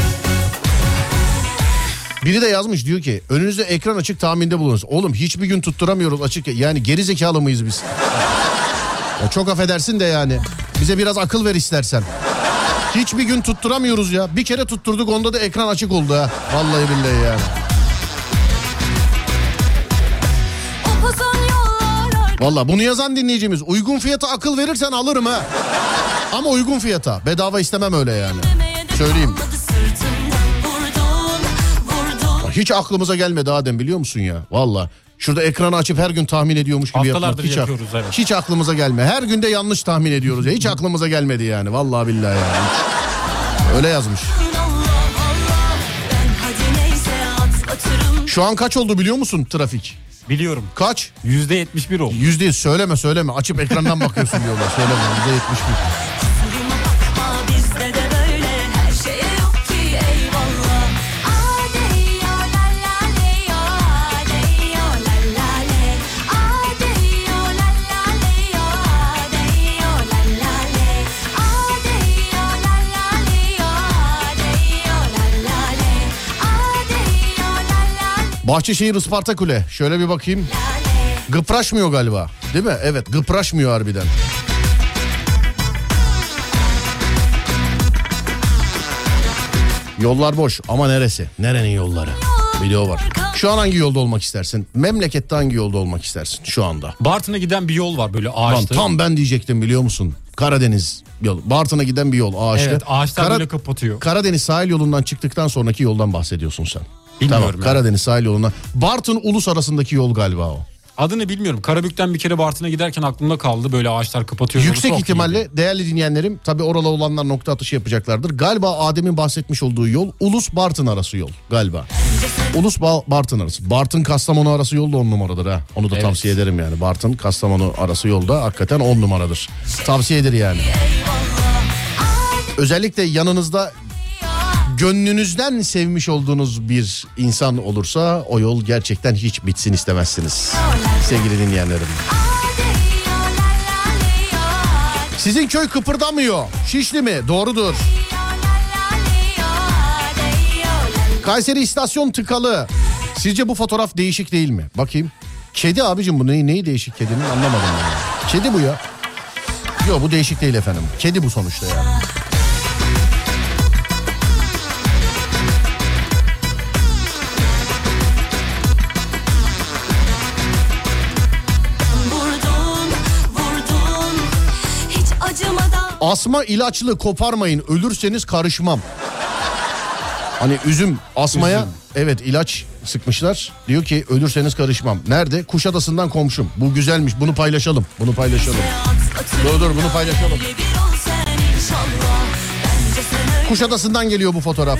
Biri de yazmış, diyor ki önünüzde ekran açık, tahminde bulunuz. Oğlum hiçbir gün tutturamıyoruz açık, yani geri zekalı mıyız biz? Ya çok affedersin de yani bize biraz akıl ver istersen. Hiçbir gün tutturamıyoruz ya. Bir kere tutturduk, onda da ekran açık oldu ha. Vallahi billahi yani. Vallahi bunu yazan dinleyicimiz, uygun fiyata akıl verirsen alırım ha. Ama uygun fiyata, bedava istemem öyle yani. Söyleyeyim. Hiç aklımıza gelmedi Adem, biliyor musun ya? Vallahi şurada ekranı açıp her gün tahmin ediyormuş gibi Haftalardır yapmak hiç, yapıyoruz, evet. Hiç aklımıza gelme. Her günde yanlış tahmin ediyoruz ya. Hiç aklımıza gelmedi yani. Vallahi billahi yani. Öyle yazmış. Şu an kaç oldu biliyor musun trafik? Biliyorum. Kaç? yüzde yetmiş bir oldu. Yüzde yüz, söyleme söyleme. Açıp ekrandan bakıyorsun diyorlar. Söyleme, yüzde yetmiş bir. Bahçeşehir Isparta Kule. Şöyle bir bakayım. Gıpraşmıyor galiba. Değil mi? Evet, gıpraşmıyor harbiden. Yollar boş ama neresi? Nerenin yolları? Video var. Şu an hangi yolda olmak istersin? Memlekette hangi yolda olmak istersin şu anda? Bartın'a giden bir yol var böyle ağaçlı. Lan, tam ben diyecektim biliyor musun? Karadeniz yolu. Bartın'a giden bir yol ağaçlı. Evet, ağaçlar Kara- böyle kapatıyor. Karadeniz sahil yolundan çıktıktan sonraki yoldan bahsediyorsun sen. Bilmiyorum Tamam, yani. Karadeniz sahil yolundan. Bartın Ulus arasındaki yol galiba o. Adını bilmiyorum. Karabük'ten bir kere Bartın'a giderken aklımda kaldı. Böyle ağaçlar kapatıyor. Yüksek Çok ihtimalle iyiydi. değerli dinleyenlerim, tabii oralı olanlar nokta atışı yapacaklardır. Galiba Adem'in bahsetmiş olduğu yol Ulus Bartın arası yol galiba. Ulus Ba- Bartın arası. Bartın Kastamonu arası yol da on numaradır ha. Onu da Evet. tavsiye ederim yani. Bartın Kastamonu arası yolda hakikaten on numaradır. Tavsiyedir yani. Özellikle yanınızda gönlünüzden sevmiş olduğunuz bir insan olursa o yol gerçekten hiç bitsin istemezsiniz. Sevgili dinleyenlerim. Sizin köy kıpırdamıyor. Şişli mi? Doğrudur. Kayseri istasyon tıkalı. Sizce bu fotoğraf değişik değil mi? Bakayım. Kedi abicim, bu neyi, neyi değişik kedinin anlamadım ben. Kedi bu ya. Yok, bu değişik değil efendim. Kedi bu sonuçta yani. Asma ilaçlı, koparmayın, ölürseniz karışmam. Hani üzüm asmaya üzüm. Evet, ilaç sıkmışlar. Diyor ki ölürseniz karışmam. Nerede? Kuşadası'ndan komşum. Bu güzelmiş, bunu paylaşalım. Bunu paylaşalım. Dur dur bunu paylaşalım. Kuşadası'ndan geliyor bu fotoğraf.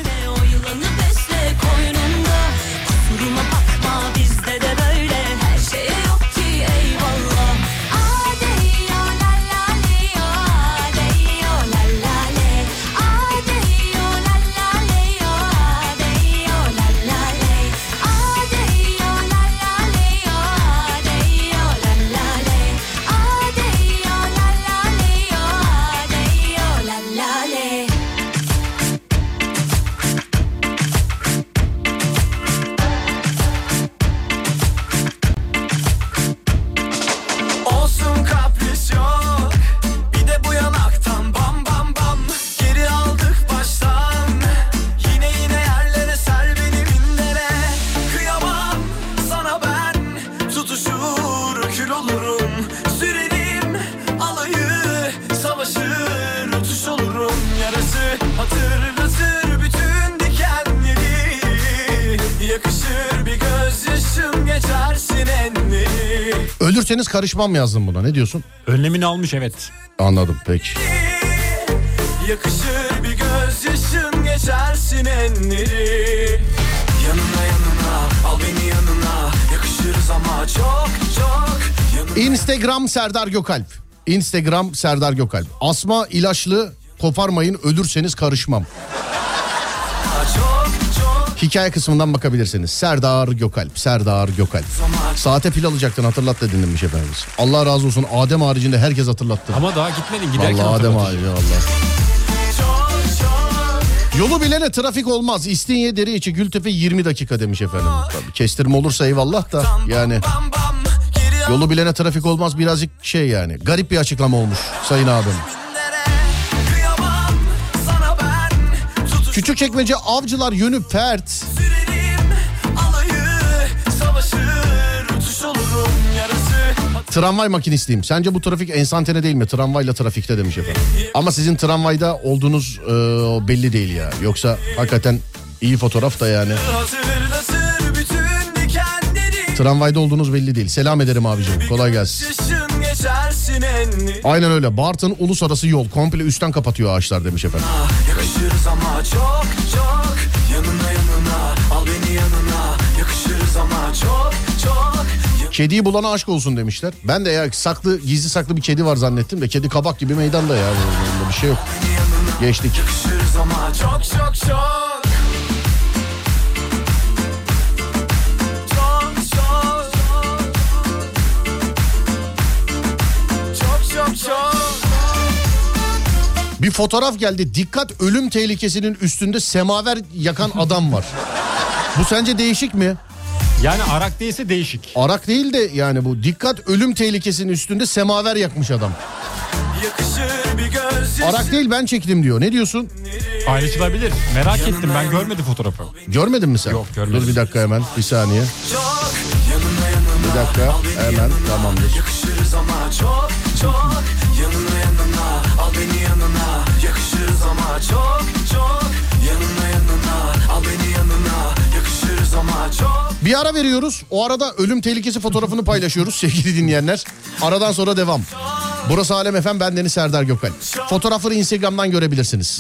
Ölürseniz karışmam yazdım buna. Ne diyorsun? Önlemini almış, evet. Anladım, peki. Yakışır bir gözyaşın, geçersin enleri. Yanına yanına al beni yanına. ama çok çok yanına. Instagram Serdar Gökalp. Instagram Serdar Gökalp. Asma ilaçlı koparmayın, ölürseniz karışmam. Çok çok Hikaye kısmından bakabilirsiniz. Serdar Gökalp. Serdar Gökalp. Saate pil alacaktın, hatırlat dedin demiş efendimiz. Allah razı olsun, Adem haricinde herkes hatırlattı. Ama daha gitmedin, giderken Vallahi Adem hatırlatacağım. harici Allah. çok çok Yolu bilene trafik olmaz. İstinye Dereiçi Gültepe yirmi dakika demiş efendim. Tabii kestirme olursa eyvallah da yani bam bam geri yolu bilene trafik olmaz birazcık şey yani. Garip bir açıklama olmuş sayın abim. binlere kıyamam sana ben. Tutuş Küçükçekmece Avcılar yönü Pert. sürerim alayı savaşır uçuş olurum yarısı. Tramvay makinistiyim. Sence bu trafik ensantane değil mi? Tramvayla trafikte demiş efendim. Ama sizin tramvayda olduğunuz e, belli değil ya. Yoksa hakikaten iyi fotoğraf da yani. Hazırlasın bütün dikenleri. Tramvayda olduğunuz belli değil. Selam ederim abicim. Kolay gelsin. Yaşın geçersin enli. Aynen öyle. Bartın uluslararası yol komple üstten kapatıyor ağaçlar demiş efendim. Yakışırız ama çok çok yanına yanına al beni yanına. Yakışırız ama çok çok Kediyi bulana aşk olsun demişler. Ben de ya saklı gizli saklı bir kedi var zannettim de kedi kabak gibi meydanda ya. Bunda bir şey yok. Geçtik. yakışırız ama çok çok çok. Çok çok çok çok çok. Bir fotoğraf geldi. Dikkat, ölüm tehlikesinin üstünde semaver yakan adam var. Bu sence değişik mi? Yani arak değilse değişik. Arak değil de yani bu dikkat, ölüm tehlikesinin üstünde semaver yakmış adam. Yakışır bir göz Arak değil, ben çektim diyor. Ne diyorsun? Paylaşılabilir. Merak ettim, ben görmedim fotoğrafı. Görmedin mi sen? Yok, görmedim. Dur bir dakika hemen, bir saniye. çok yanına yanına. Bir dakika Al beni hemen, yanına. tamamdır. Yakışırız ama çok çok yanına yanına. Al beni yanına. Yakışırız ama çok çok yanına yanına. Al beni yanına. Yakışırız ama çok. Bir ara veriyoruz. O arada ölüm tehlikesi fotoğrafını paylaşıyoruz sevgili dinleyenler. Aradan sonra devam. Burası Alem Efem, ben Deniz Serdar Gökalp. Fotoğrafları Instagram'dan görebilirsiniz.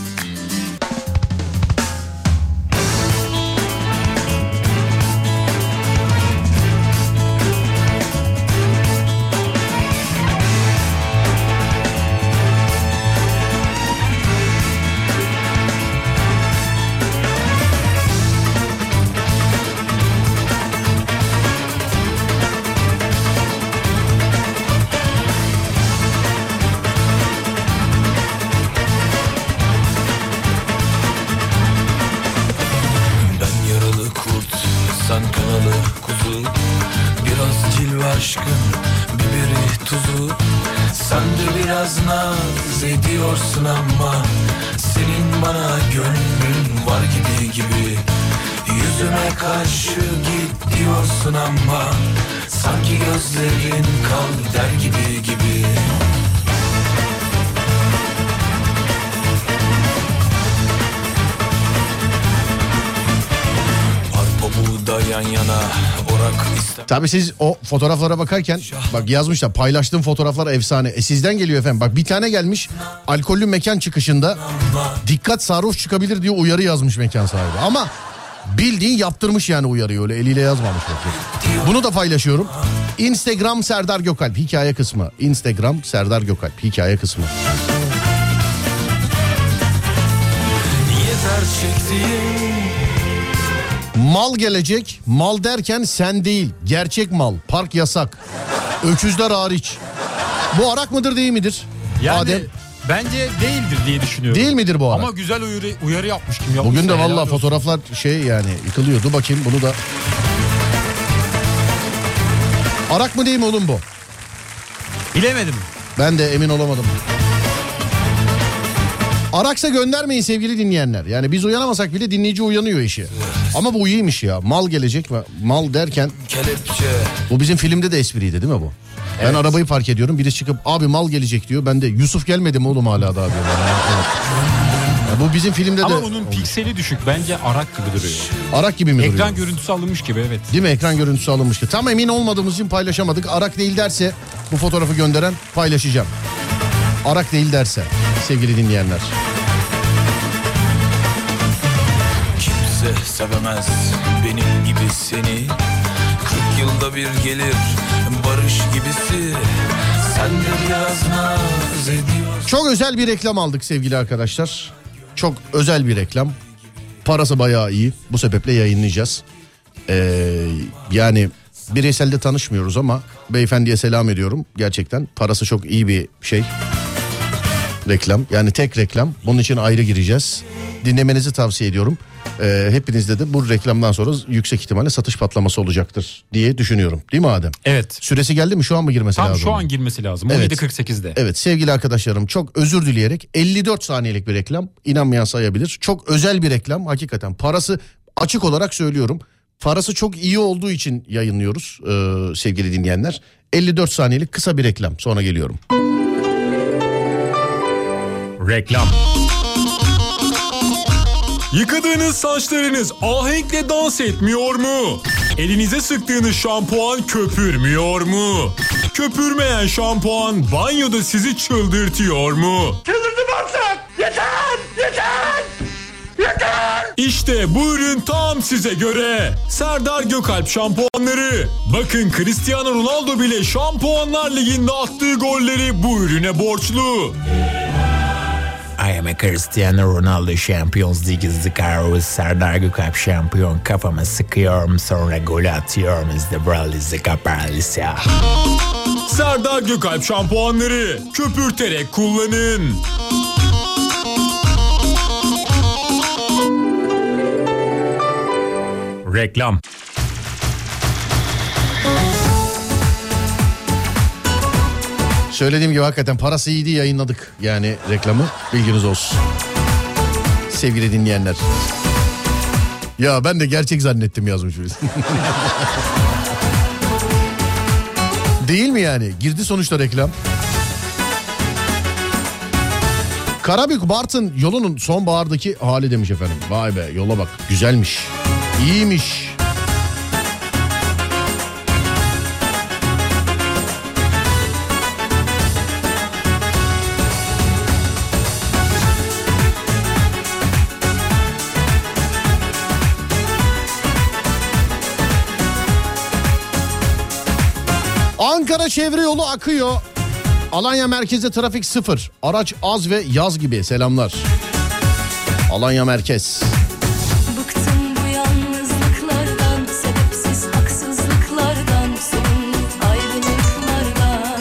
Ben yaralı kurt, sen kanalı kuzu. Biraz cilve aşkın, biberi tuzu. Sen de biraz naz ediyorsun ama senin bana gönlün var gibi gibi. Yüzüme karşı git diyorsun ama sanki gözlerin kal der gibi gibi. Arpa buğda yan yana orak ister. Tabii siz o fotoğraflara bakarken bak yazmışlar, paylaştığım fotoğraflar efsane. E sizden geliyor efendim. Bak bir tane gelmiş, alkollü mekan çıkışında dikkat sarhoş çıkabilir diye uyarı yazmış mekan sahibi. Ama bildiğin yaptırmış yani uyarıyı, öyle eliyle yazmamış. Bakın. Bunu da paylaşıyorum. Instagram Serdar Gökalp hikaye kısmı. Instagram Serdar Gökalp hikaye kısmı. Yeter çektiğim. Mal gelecek. Mal derken sen değil. Gerçek mal. Park yasak. Öküzler hariç. Bu arak mıdır değil midir? Yani Adem. bence değildir diye düşünüyorum. Değil midir bu arak? Ama güzel uyarı, uyarı yapmış kim yapmış. Bugün de Helal valla olsun. fotoğraflar şey yani yıkılıyordu. Bakayım bunu da. Arak mı değil mi oğlum bu? Bilemedim. Ben de emin olamadım. Araksa göndermeyin sevgili dinleyenler. Yani biz uyanamasak bile dinleyici uyanıyor işi. Ama bu iyiymiş ya. Mal gelecek ve mal derken Kelepçe. bu bizim filmde de espriydi değil mi bu? Ben Evet. arabayı park ediyorum. Birisi çıkıp abi mal gelecek diyor. Ben de Yusuf gelmedi mi oğlum hala daha diyorum. Yani, evet. Ya bu bizim filmde Ama de bunun pikseli düşük. Bence arak gibi duruyor. Arak gibi mi duruyor? Ekran görüntüsü alınmış gibi, evet. Değil mi? Ekran görüntüsü alınmış ki. Tam emin olmadığımız için paylaşamadık. Arak değil derse bu fotoğrafı gönderen paylaşacağım. Arak değil derse sevgili dinleyenler. Kimse sevemez benim gibi seni. Kırk yılda bir gelir barış gibisi. Sen de biraz naz ediyorsun. Çok özel bir reklam aldık sevgili arkadaşlar. Çok özel bir reklam. Parası bayağı iyi. Bu sebeple yayınlayacağız. Ee, yani bireyselde tanışmıyoruz ama beyefendiye selam ediyorum. Gerçekten parası çok iyi bir şey. Reklam. Yani tek reklam. Bunun için ayrı gireceğiz. Dinlemenizi tavsiye ediyorum. Ee, hepinizde de bu reklamdan sonra yüksek ihtimalle satış patlaması olacaktır diye düşünüyorum. Değil mi Adem? Evet. Süresi geldi mi? Şu an mı girmesi Tam lazım? şu an girmesi lazım. Evet. on yedi kırk sekizde. Evet sevgili arkadaşlarım, çok özür dileyerek elli dört saniyelik bir reklam. İnanmayan sayabilir. Çok özel bir reklam. Hakikaten parası, açık olarak söylüyorum. Parası çok iyi olduğu için yayınlıyoruz ee, sevgili dinleyenler. elli dört saniyelik kısa bir reklam. Sonra geliyorum. Reklam. Yıkadığınız saçlarınız ahenkle dans etmiyor mu? Elinize sıktığınız şampuan köpürmüyor mu? Köpürmeyen şampuan banyoda sizi çıldırtıyor mu? Çıldırdım artık. Yeter. Yeter. Yeter. İşte bu ürün tam size göre. Serdar Gökalp şampuanları. Bakın Cristiano Ronaldo bile Şampuanlar Ligi'nde attığı golleri bu ürüne borçlu. I am a Cristiano Ronaldo Champions League zıkar Serdar Gökalp şampiyon, kafama sıkıyorum sonra gol atıyorum, izle brali zıkaparlisa. Serdar Gökalp şampuanları köpürterek kullanın. Reklam. Söylediğim gibi hakikaten parası iyiydi, yayınladık yani reklamı, bilginiz olsun. Sevgili dinleyenler. Ya ben de gerçek zannettim yazmış birisi. Değil mi yani? Girdi sonuçta reklam. Karabük Bartın yolunun sonbahardaki hali demiş efendim. Vay be, yola bak, güzelmiş, iyiymiş. Ankara çevre yolu akıyor. Alanya merkeze trafik sıfır. Araç az ve yaz gibi. Selamlar. Alanya merkez. Bıktım bu yalnızlıklardan, sebepsiz haksızlıklardan, sorumlu ayrılıklardan.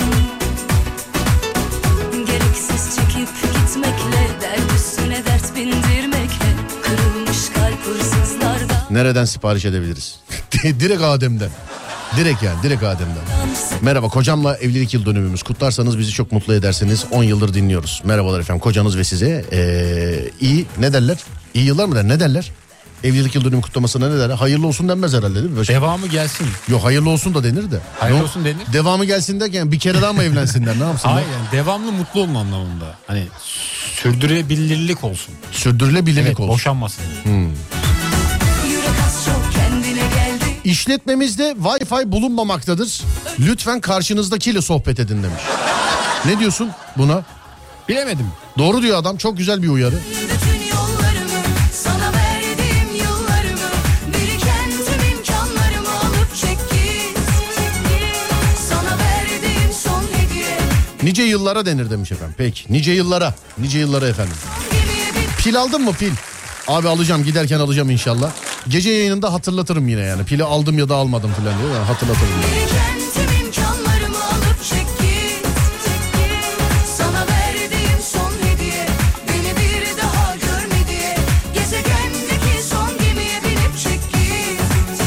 Gereksiz çekip gitmekle, dert üstüne dert bindirmekle, kırılmış kalp hırsızlardan. Nereden sipariş edebiliriz? Direkt Adem'den. Direkt yani, direkt Adem'den. Merhaba, kocamla evlilik yıl dönümümüz. Kutlarsanız bizi çok mutlu edersiniz. on yıldır dinliyoruz. Merhabalar efendim, kocanız ve size ee, iyi ne derler? İyi yıllar mı der? Ne derler? Evlilik yıl dönümü kutlamasına ne derler? Hayırlı olsun denmez herhalde değil mi? Böyle Devamı gelsin. Yok, hayırlı olsun da denir de. Hayırlı Ne- olsun denir. Devamı gelsin derken bir kere daha mı evlensinler, ne yapsınlar? Hayır yani devamlı mutlu olma anlamında. Hani sürdürülebilirlik olsun. Sürdürülebilirlik Evet, olsun. boşanmasın. Hmm. Yürek az çok kendine geldi. İşletmemizde Wi-Fi bulunmamaktadır. Lütfen karşınızdakiyle sohbet edin demiş. Ne diyorsun buna? Bilemedim. Doğru diyor adam, çok güzel bir uyarı. Bütün yollarımı, sana verdiğim yıllarımı, biriken tüm imkanlarımı alıp çek git. Sana verdiğim son hediye. Nice yıllara denir demiş efendim. Peki, nice yıllara. Nice yıllara efendim. Pil aldın mı pil? Abi alacağım, giderken alacağım inşallah. Gece yayınında hatırlatırım yine yani. Pili aldım ya da almadım falan diye yani hatırlatırım. Yani. Biriken tüm imkanlarımı alıp çek git. Sana verdiğim son hediye, beni bir daha görme diye, gezegendeki son gemiye binip çek git.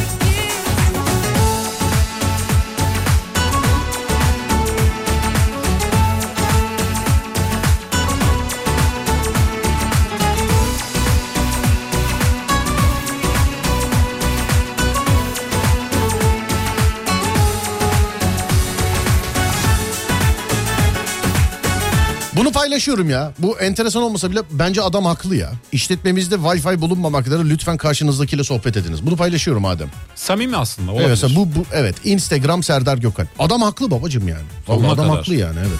Bunu paylaşıyorum ya. Bu enteresan olmasa bile bence adam haklı ya. İşletmemizde Wi-Fi bulunmamaktadır. Lütfen karşınızdakiyle sohbet ediniz. Bunu paylaşıyorum Adem. Samimi aslında. Olabilir. Evet, mesela bu, bu evet, Instagram Serdar Gökalp. Adam haklı babacığım yani. Vallahi Sonuna adam kadar. haklı yani, evet.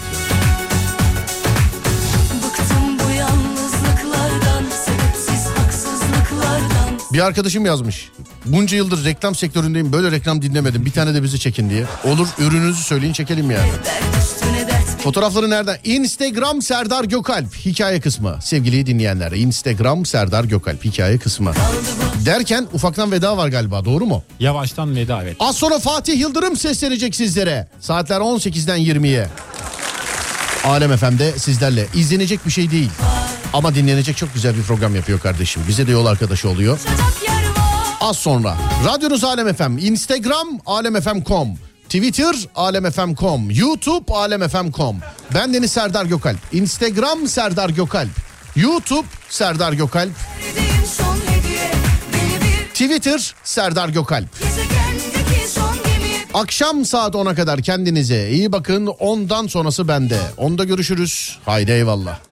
Bıktım bu yalnızlıklardan, sebepsiz haksızlıklardan. Bir arkadaşım yazmış. Bunca yıldır reklam sektöründeyim, böyle reklam dinlemedim. Bir tane de bizi çekin diye. Olur, ürününüzü söyleyin, çekelim yani. Fotoğrafları nereden? Instagram Serdar Gökalp hikaye kısmı. Sevgili dinleyenler, Instagram Serdar Gökalp hikaye kısmı. Derken ufaktan veda var galiba, doğru mu? Yavaştan veda, evet. Az sonra Fatih Yıldırım seslenecek sizlere. Saatler on sekizden yirmiye. Alem F M'de sizlerle. İzlenecek bir şey değil. Ama dinlenecek çok güzel bir program yapıyor kardeşim. Bize de yol arkadaşı oluyor. Az sonra radyonuz Alem F M, Instagram alemfm nokta com, Twitter alemfm nokta com, YouTube alemfm nokta com. Ben Deniz Serdar Gökalp. Instagram Serdar Gökalp, YouTube Serdar Gökalp, Twitter Serdar Gökalp. Akşam saat ona kadar kendinize iyi bakın. Ondan sonrası bende. Onda görüşürüz. Haydi eyvallah.